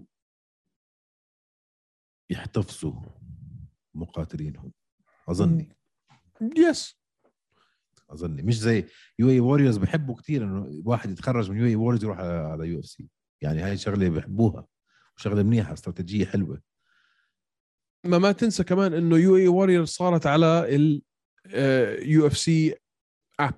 يحتفظوا مقاتلينهم اظني. يس اظني مش زي يو اي ووريرز بحبوا كتير انه واحد يتخرج من يو اي ووريرز يروح على يو اف سي. يعني هاي شغله بحبوها وشغله منيحه، استراتيجيه حلوه. ما ما تنسى كمان انه يو اي واريور صارت على ال يو اف سي اب،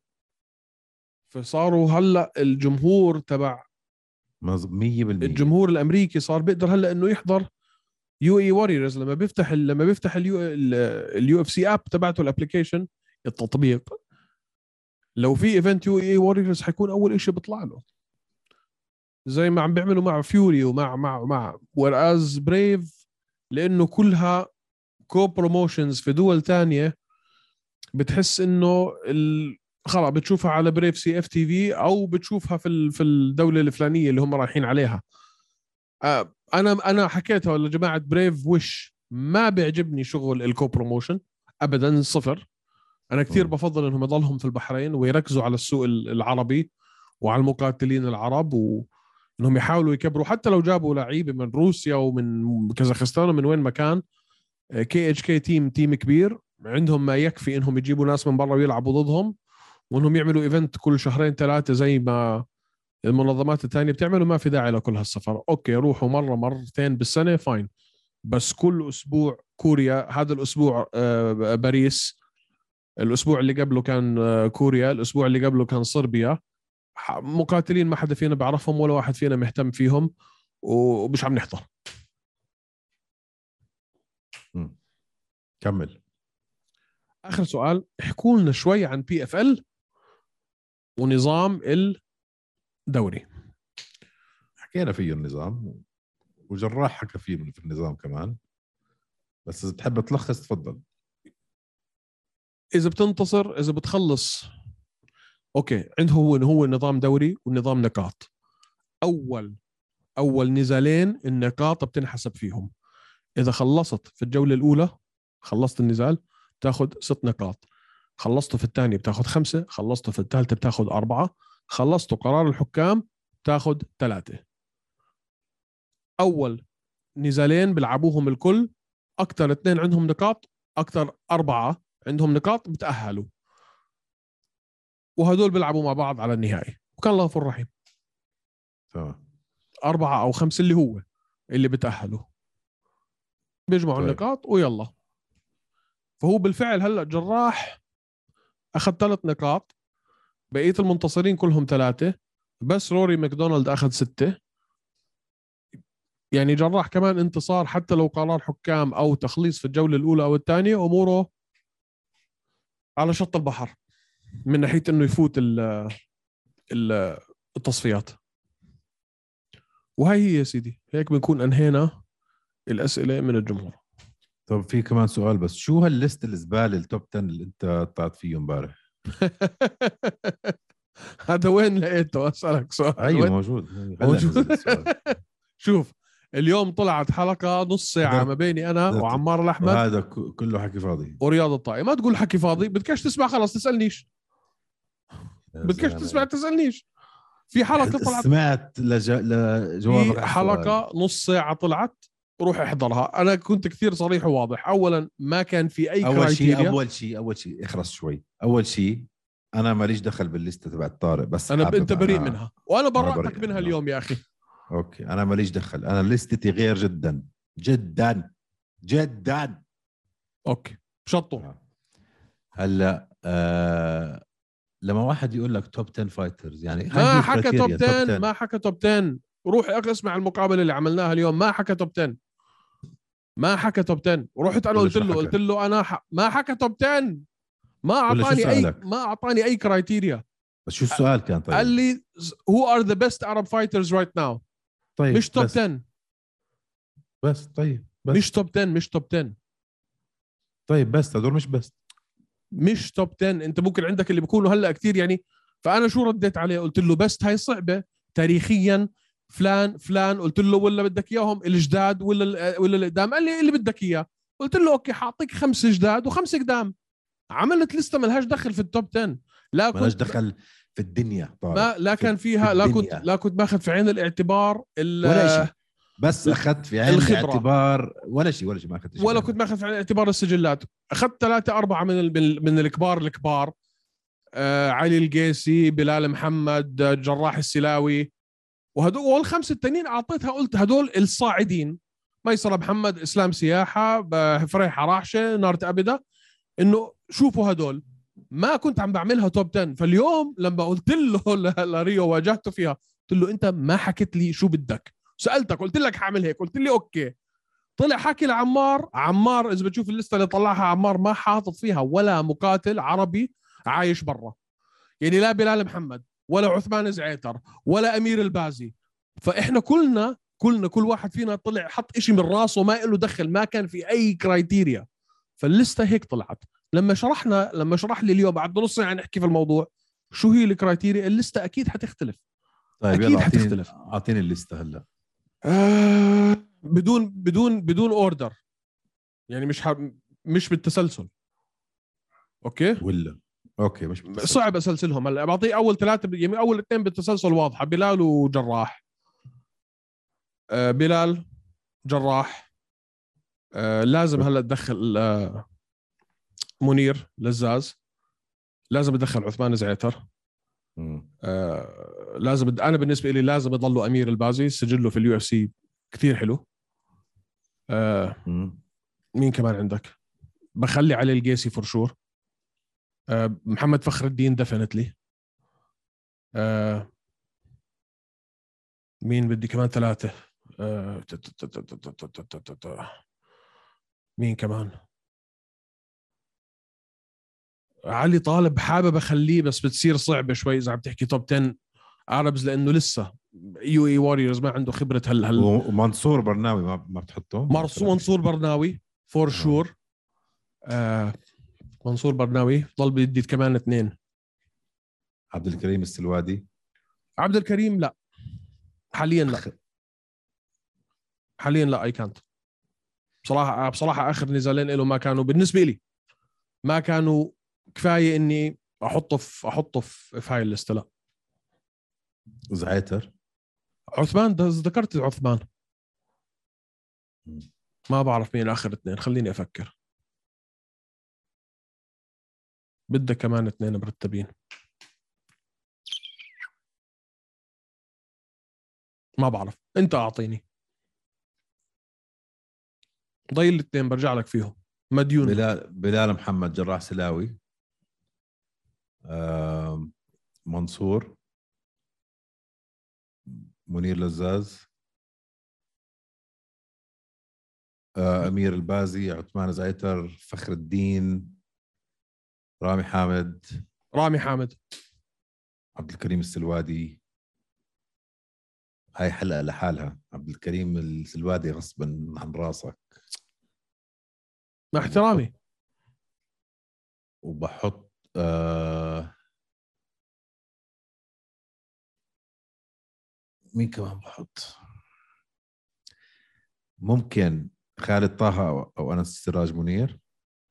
فصاروا هلا الجمهور تبع مية بالمية. الجمهور الامريكي صار بيقدر هلا انه يحضر يو اي واريورز لما بيفتح لما بيفتح اليو اليو اف سي اب تبعته الابلكيشن التطبيق. لو في ايفنت يو اي واريورز حيكون اول شيء بيطلع له، زي ما عم بيعملوا مع فيوري ومع مع مع وراز بريف، لانه كلها كو بروموشنز في دول تانية. بتحس انه ال... خلاص بتشوفها على بريف سي اف تي في، او بتشوفها في في الدوله الفلانيه اللي هم رايحين عليها. آه انا انا حكيتها لجماعه بريف، وش ما بيعجبني شغل الكو بروموشن ابدا، صفر. انا كثير م. بفضل انهم يضلهم في البحرين ويركزوا على السوق العربي وعلى المقاتلين العرب، وانهم يحاولوا يكبروا. حتى لو جابوا لعيبه من روسيا ومن كازاخستان ومن وين ما كان، كي اتش كي تيم تيم كبير عندهم ما يكفي انهم يجيبوا ناس من برا ويلعبوا ضدهم، وانهم يعملوا ايفنت كل شهرين ثلاثه زي ما المنظمات الثانيه بتعمل. وما في داعي لكل هالسفر. اوكي روحوا مره مرتين بالسنه فاين، بس كل اسبوع كوريا. هذا الاسبوع باريس، الاسبوع اللي قبله كان كوريا، الاسبوع اللي قبله كان صربيا. مقاتلين ما حدا فينا بيعرفهم ولا واحد فينا مهتم فيهم، ومش عم نحضر. مم. كمل. اخر سؤال، احكوا لنا شوي عن بي اف ال ونظام الدوري. حكينا فيه النظام وجراح حكى فيه في النظام كمان، بس إذا بتحب تلخص تفضل. اذا بتنتصر اذا بتخلص اوكي، عنده هو هو نظام دوري ونظام نقاط. اول اول نزالين النقاط بتنحسب فيهم. اذا خلصت في الجوله الاولى خلصت النزال بتاخذ ست نقاط، خلصته في الثانيه بتاخذ خمسه، خلصته في الثالثه بتاخذ اربعه، خلصته قرار الحكام بتاخذ ثلاثه. اول نزالين بيلعبوهم الكل، اكثر اثنين عندهم نقاط اكثر اربعه عندهم نقاط بتاهلوا، وهدول بيلعبوا مع بعض على النهائي، وكان الله غفور رحيم. تمام. أربعة أو خمسة اللي هو اللي بتأهلوا بيجمعوا طيب. النقاط ويلا. فهو بالفعل هلأ جراح أخذ ثلاث نقاط، بقية المنتصرين كلهم ثلاثة، بس روري ماكدونالد أخذ ستة. يعني جراح كمان انتصار حتى لو قرار حكام أو تخليص في الجولة الأولى أو الثانية، أموره على شط البحر من ناحية إنه يفوت ال ال التصفيات. وهي هي يا سيدي، هيك بنكون أنهينا الأسئلة من الجمهور. طب في كمان سؤال، بس شو هالليست الزبالة التوب عشرة اللي انت طلعت فيه امبارح؟ هذا وين لقيته؟ أسألك سؤال. ايوه وين؟ موجود هلا موجود. نزل السؤال. شوف اليوم طلعت حلقة نص ساعة ما بيني أنا وعمار الأحمد وهذا ك- كله حكي فاضي. ورياض الطائي. ما تقول حكي فاضي، بدكش تسمع خلاص تسألنيش، يا بدكش زلمة. تسمع تسألنيش. في حلقة طلعت، سمعت لج... لجوابك في على حلقة السؤال. نص ساعة طلعت، روح احضرها. أنا كنت كثير صريح وواضح. أولا ما كان في أي اول شيء كرايتيريا. اول شيء اول شيء اخرس شوي. اول شيء انا ماليش دخل بالليسته تبعت طارق، بس أنا حابب انت بريء أنا... منها وانا برأتك بريء منها منها. اليوم يا اخي. اوكي انا ماليش دخل، انا ليستتي غير جدا جدا جدا. اوكي شطوا. هلا آه... لما واحد يقول لك توب عشرة فايترز، يعني هاي ما هي حكى توب الكرايتيريا. عشرة، ما حكى توب عشرة. روح اسمع المقابله اللي عملناها اليوم، ما حكى توب عشرة، ما حكى توب عشرة. ورحت انا ولا قلت شو له حكى؟ قلت له انا ح... ما حكى توب عشرة، ما ولا شو اعطاني اي سألك؟ ما اعطاني اي كرايتيريا. بس شو السؤال كان؟ طيب قال لي who are the best Arab fighters right now. طيب مش توب بس عشرة، بس طيب بس مش توب عشرة، مش توب عشرة، طيب بس هدول مش بس مش توب عشرة. انت ممكن عندك اللي بيكونوا هلا كثير يعني. فانا شو رديت عليه؟ قلت له بست هاي صعبه تاريخيا، فلان فلان. قلت له ولا بدك اياهم الجداد ولا ولا القدام؟ قال لي اللي بدك اياه. قلت له اوكي حاعطيك خمسه جداد وخمسه قدام. عملت لسته ملهاش دخل في التوب عشرة. لا مالهاش كنت دخل في الدنيا طارق. ما لا في كان فيها، في لا كنت الدنيا. لا كنت ماخذ في عين الاعتبار ولا شيء، بس اخذت في عين الخبرة. الاعتبار ولا شيء ولا شيء ما اخذت شيء. ولا كنت ماخذ في عين الاعتبار السجلات. اخذت ثلاثه اربعه من ال- من من الكبار الكبار آه علي القيسي، بلال محمد، آه، جراح السلاوي، وهدول. والخمسه التانيين اعطيتها قلت هدول الصاعدين: ميسر محمد، اسلام سياحه، ب- فريحه راحشه، نارت ابدا. انه شوفوا هدول ما كنت عم بعملها توب عشرة. فاليوم لما قلت له ل- لريو واجهته فيها، قلت له انت ما حكيت لي شو بدك. سالتك قلت لك حاعمل هيك، قلت لي اوكي. طلع حكي لعمار. عمار اذا بتشوف الليسته اللي طلعها عمار ما حاطط فيها ولا مقاتل عربي عايش برا. يعني لا بلال محمد ولا عثمان زعيتر ولا امير البازي. فاحنا كلنا كلنا كل واحد فينا طلع حط إشي من راسه ما له دخل، ما كان في اي كرايتيريا. فالليسته هيك طلعت. لما شرحنا لما شرح لي اليوم بعد نص ساعه نحكي في الموضوع شو هي الكرايتيريا، الليسته اكيد حتختلف. طيب أكيد يلا اعطيني حتختلف. اعطيني الليسته هلا. آه بدون بدون بدون اوردر، يعني مش ح... مش بالتسلسل. اوكي ولا اوكي مش بالتسلسل. صعب اسلسلهم. هلا بعطيه اول ثلاثه، يعني اول اثنين بالتسلسل واضحه: بلال وجراح. آه بلال، جراح. آه لازم هلا تدخل آه منير لزاز، لازم تدخل عثمان زعيتر. مم. آه لازم، انا بالنسبه لي لازم يضلوا امير البازي، سجله في اليو اف سي كثير حلو. آه مم. مين كمان عندك؟ بخلي علي القيسي فرشور. آه محمد فخر الدين دفنتلي. آه مين بدي كمان ثلاثة؟ آه، ت- ت- ت- ت- ت- ت- ت- ت- ت- مين كمان؟ علي طالب حابب اخليه، بس بتصير صعبه شوي اذا عم تحكي توب عشرة عربز، لانه لسه يو اي واريورز ما عنده خبره هل هل ومنصور برناوي ما ما بتحطه مرسو منصور برناوي فور شور. آه منصور برناوي ضل بدي كمان اثنين. عبد الكريم السلوادي. عبد الكريم لا، حاليا لا، حاليا لا اي كانت. بصراحه بصراحه اخر نزالين له ما كانوا بالنسبه لي ما كانوا كفايه اني احطه في احطه في في هاي الليسته. لا. وزعيتر. عثمان ده ذكرت عثمان، ما بعرف مين اخر اثنين، خليني افكر. بدك كمان اثنين مرتبين. ما بعرف، انت اعطيني. ضيل الاثنين برجع لك فيهم. مديون. بلال بلال محمد جراح سلاوي. آه منصور. منير لزاز. آه امير البازي. عثمان زعيتر. فخر الدين. رامي حامد. رامي حامد. عبد الكريم السلوادي. هاي حلقة لحالها. عبد الكريم السلوادي غصبا عن راسك. مع احترامي. وبحط آه مين كمان بحط؟ ممكن خالد طه او, أو انس سراج منير.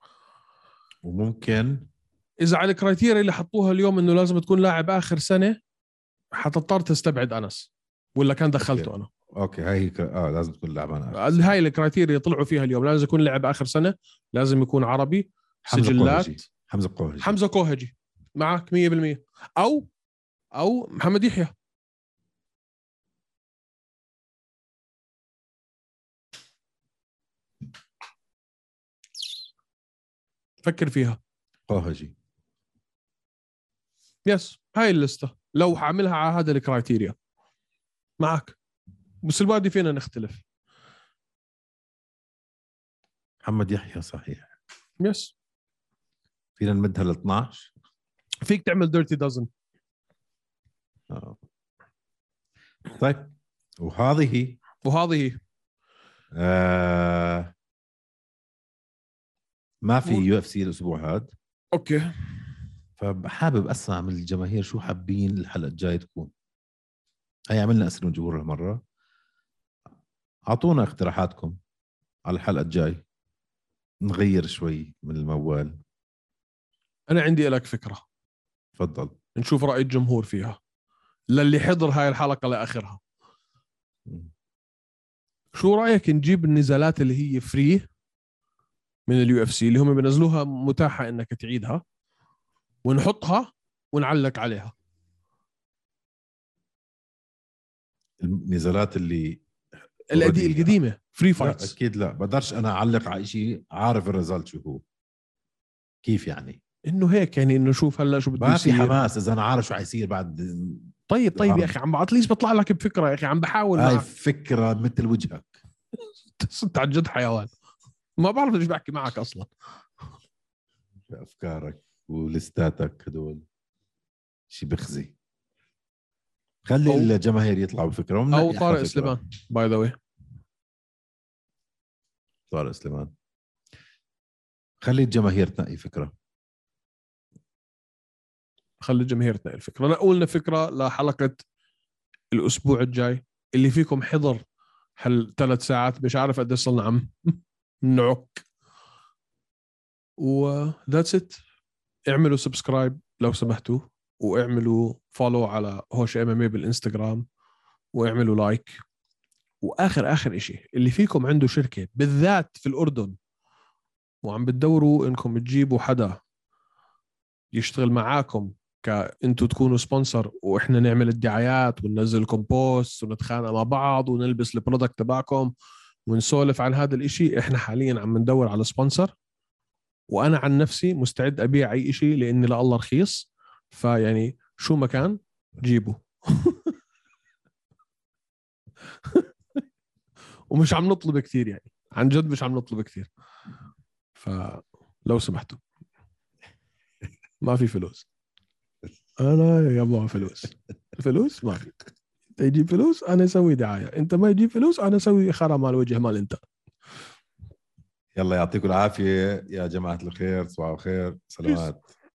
وممكن اذا على الكرايتيريا اللي حطوها اليوم انه لازم تكون لاعب اخر سنه، حتضطر تستبعد انس، ولا كان دخلته أوكي. انا. اوكي هاي هي ك... اه لازم تكون لاعبان هاي الكرايتيريا طلعوا فيها اليوم، لازم يكون لاعب اخر سنه، لازم يكون عربي، حمزة سجلات. قوهجي. حمزة قوهجي. حمزه كوهجي معك مية بالمية. او او محمد يحيى. فكر فيها. قوهجي. يس هاي الليسته لو حعملها على هذا الكرايتيريا معك. بس الوادي فينا نختلف. محمد يحيى صحيح. يس فينا نمدها ل اثناشر. فيك تعمل ديرتي دازن. آه. طيب وهذه وهذه آه ما في يو اف سي الاسبوع هذا. اوكي. فحابب اسمع من الجماهير شو حابين الحلقه الجايه تكون. هي عملنا اسئله الجمهور المره. اعطونا اقتراحاتكم على الحلقه الجاي، نغير شوي من الموال. انا عندي لك فكره. تفضل. نشوف راي الجمهور فيها للي حضر هاي الحلقه لاخرها. شو رايك نجيب النزالات اللي هي فري من اليو اف سي اللي هم بينزلوها متاحه انك تعيدها، ونحطها ونعلق عليها. النزالات اللي الأدي القديمه فري لا فايتس. اكيد لا بقدرش انا اعلق على شيء عارف الريزلت شو هو. كيف يعني؟ انه هيك يعني انه شوف هلا شو بده ما في يصير. حماس اذا انا عارف شو حيصير بعد. طيب طيب يا اخي عم اتليست بطلع لك بفكره يا اخي، عم بحاول هاي معك. فكره مثل وجهك. انت عن جد حيوان، ما بعرف ايش بحكي معك اصلا. افكارك ولستاتك هدول شيء بخزي. خلي أو الجماهير يطلعوا بفكره. او طارق سليمان باي ذا واي. طارق سليمان. خلي الجماهير تنقي فكره. خلي الجماهير تنقي الفكره. نقولنا فكره لحلقه الاسبوع الجاي اللي فيكم حضر هل ثلاث ساعات مش عارف قد صلنا عم نعك. و ذاتس ات. اعملوا سبسكرايب لو سمحتوا، واعملوا فولو على هوش ام ام اي بالانستغرام، واعملوا لايك. واخر اخر اشي اللي فيكم عنده شركه بالذات في الاردن وعم بتدوروا انكم تجيبوا حدا يشتغل معاكم كأنتوا تكونوا سبونسر، واحنا نعمل الدعايات وننزل لكم بوست ونتخانق مع بعض ونلبس البرودكت تبعكم ونسولف عن هذا الاشي، احنا حاليا عم ندور على سبونسر. وانا عن نفسي مستعد ابيع اي اشي لاني لا الله رخيص. فيعني شو مكان جيبوا. ومش عم نطلب كثير يعني عن جد مش عم نطلب كثير فلو سمحتوا ما في فلوس انا يا ابو فلوس الفلوس ما في انت يجيب فلوس انا اسوي دعايه انت ما يجيب فلوس انا اسوي خرا مال وجه مال انت يلا يعطيكم العافيه يا جماعه الخير صباح الخير سلامات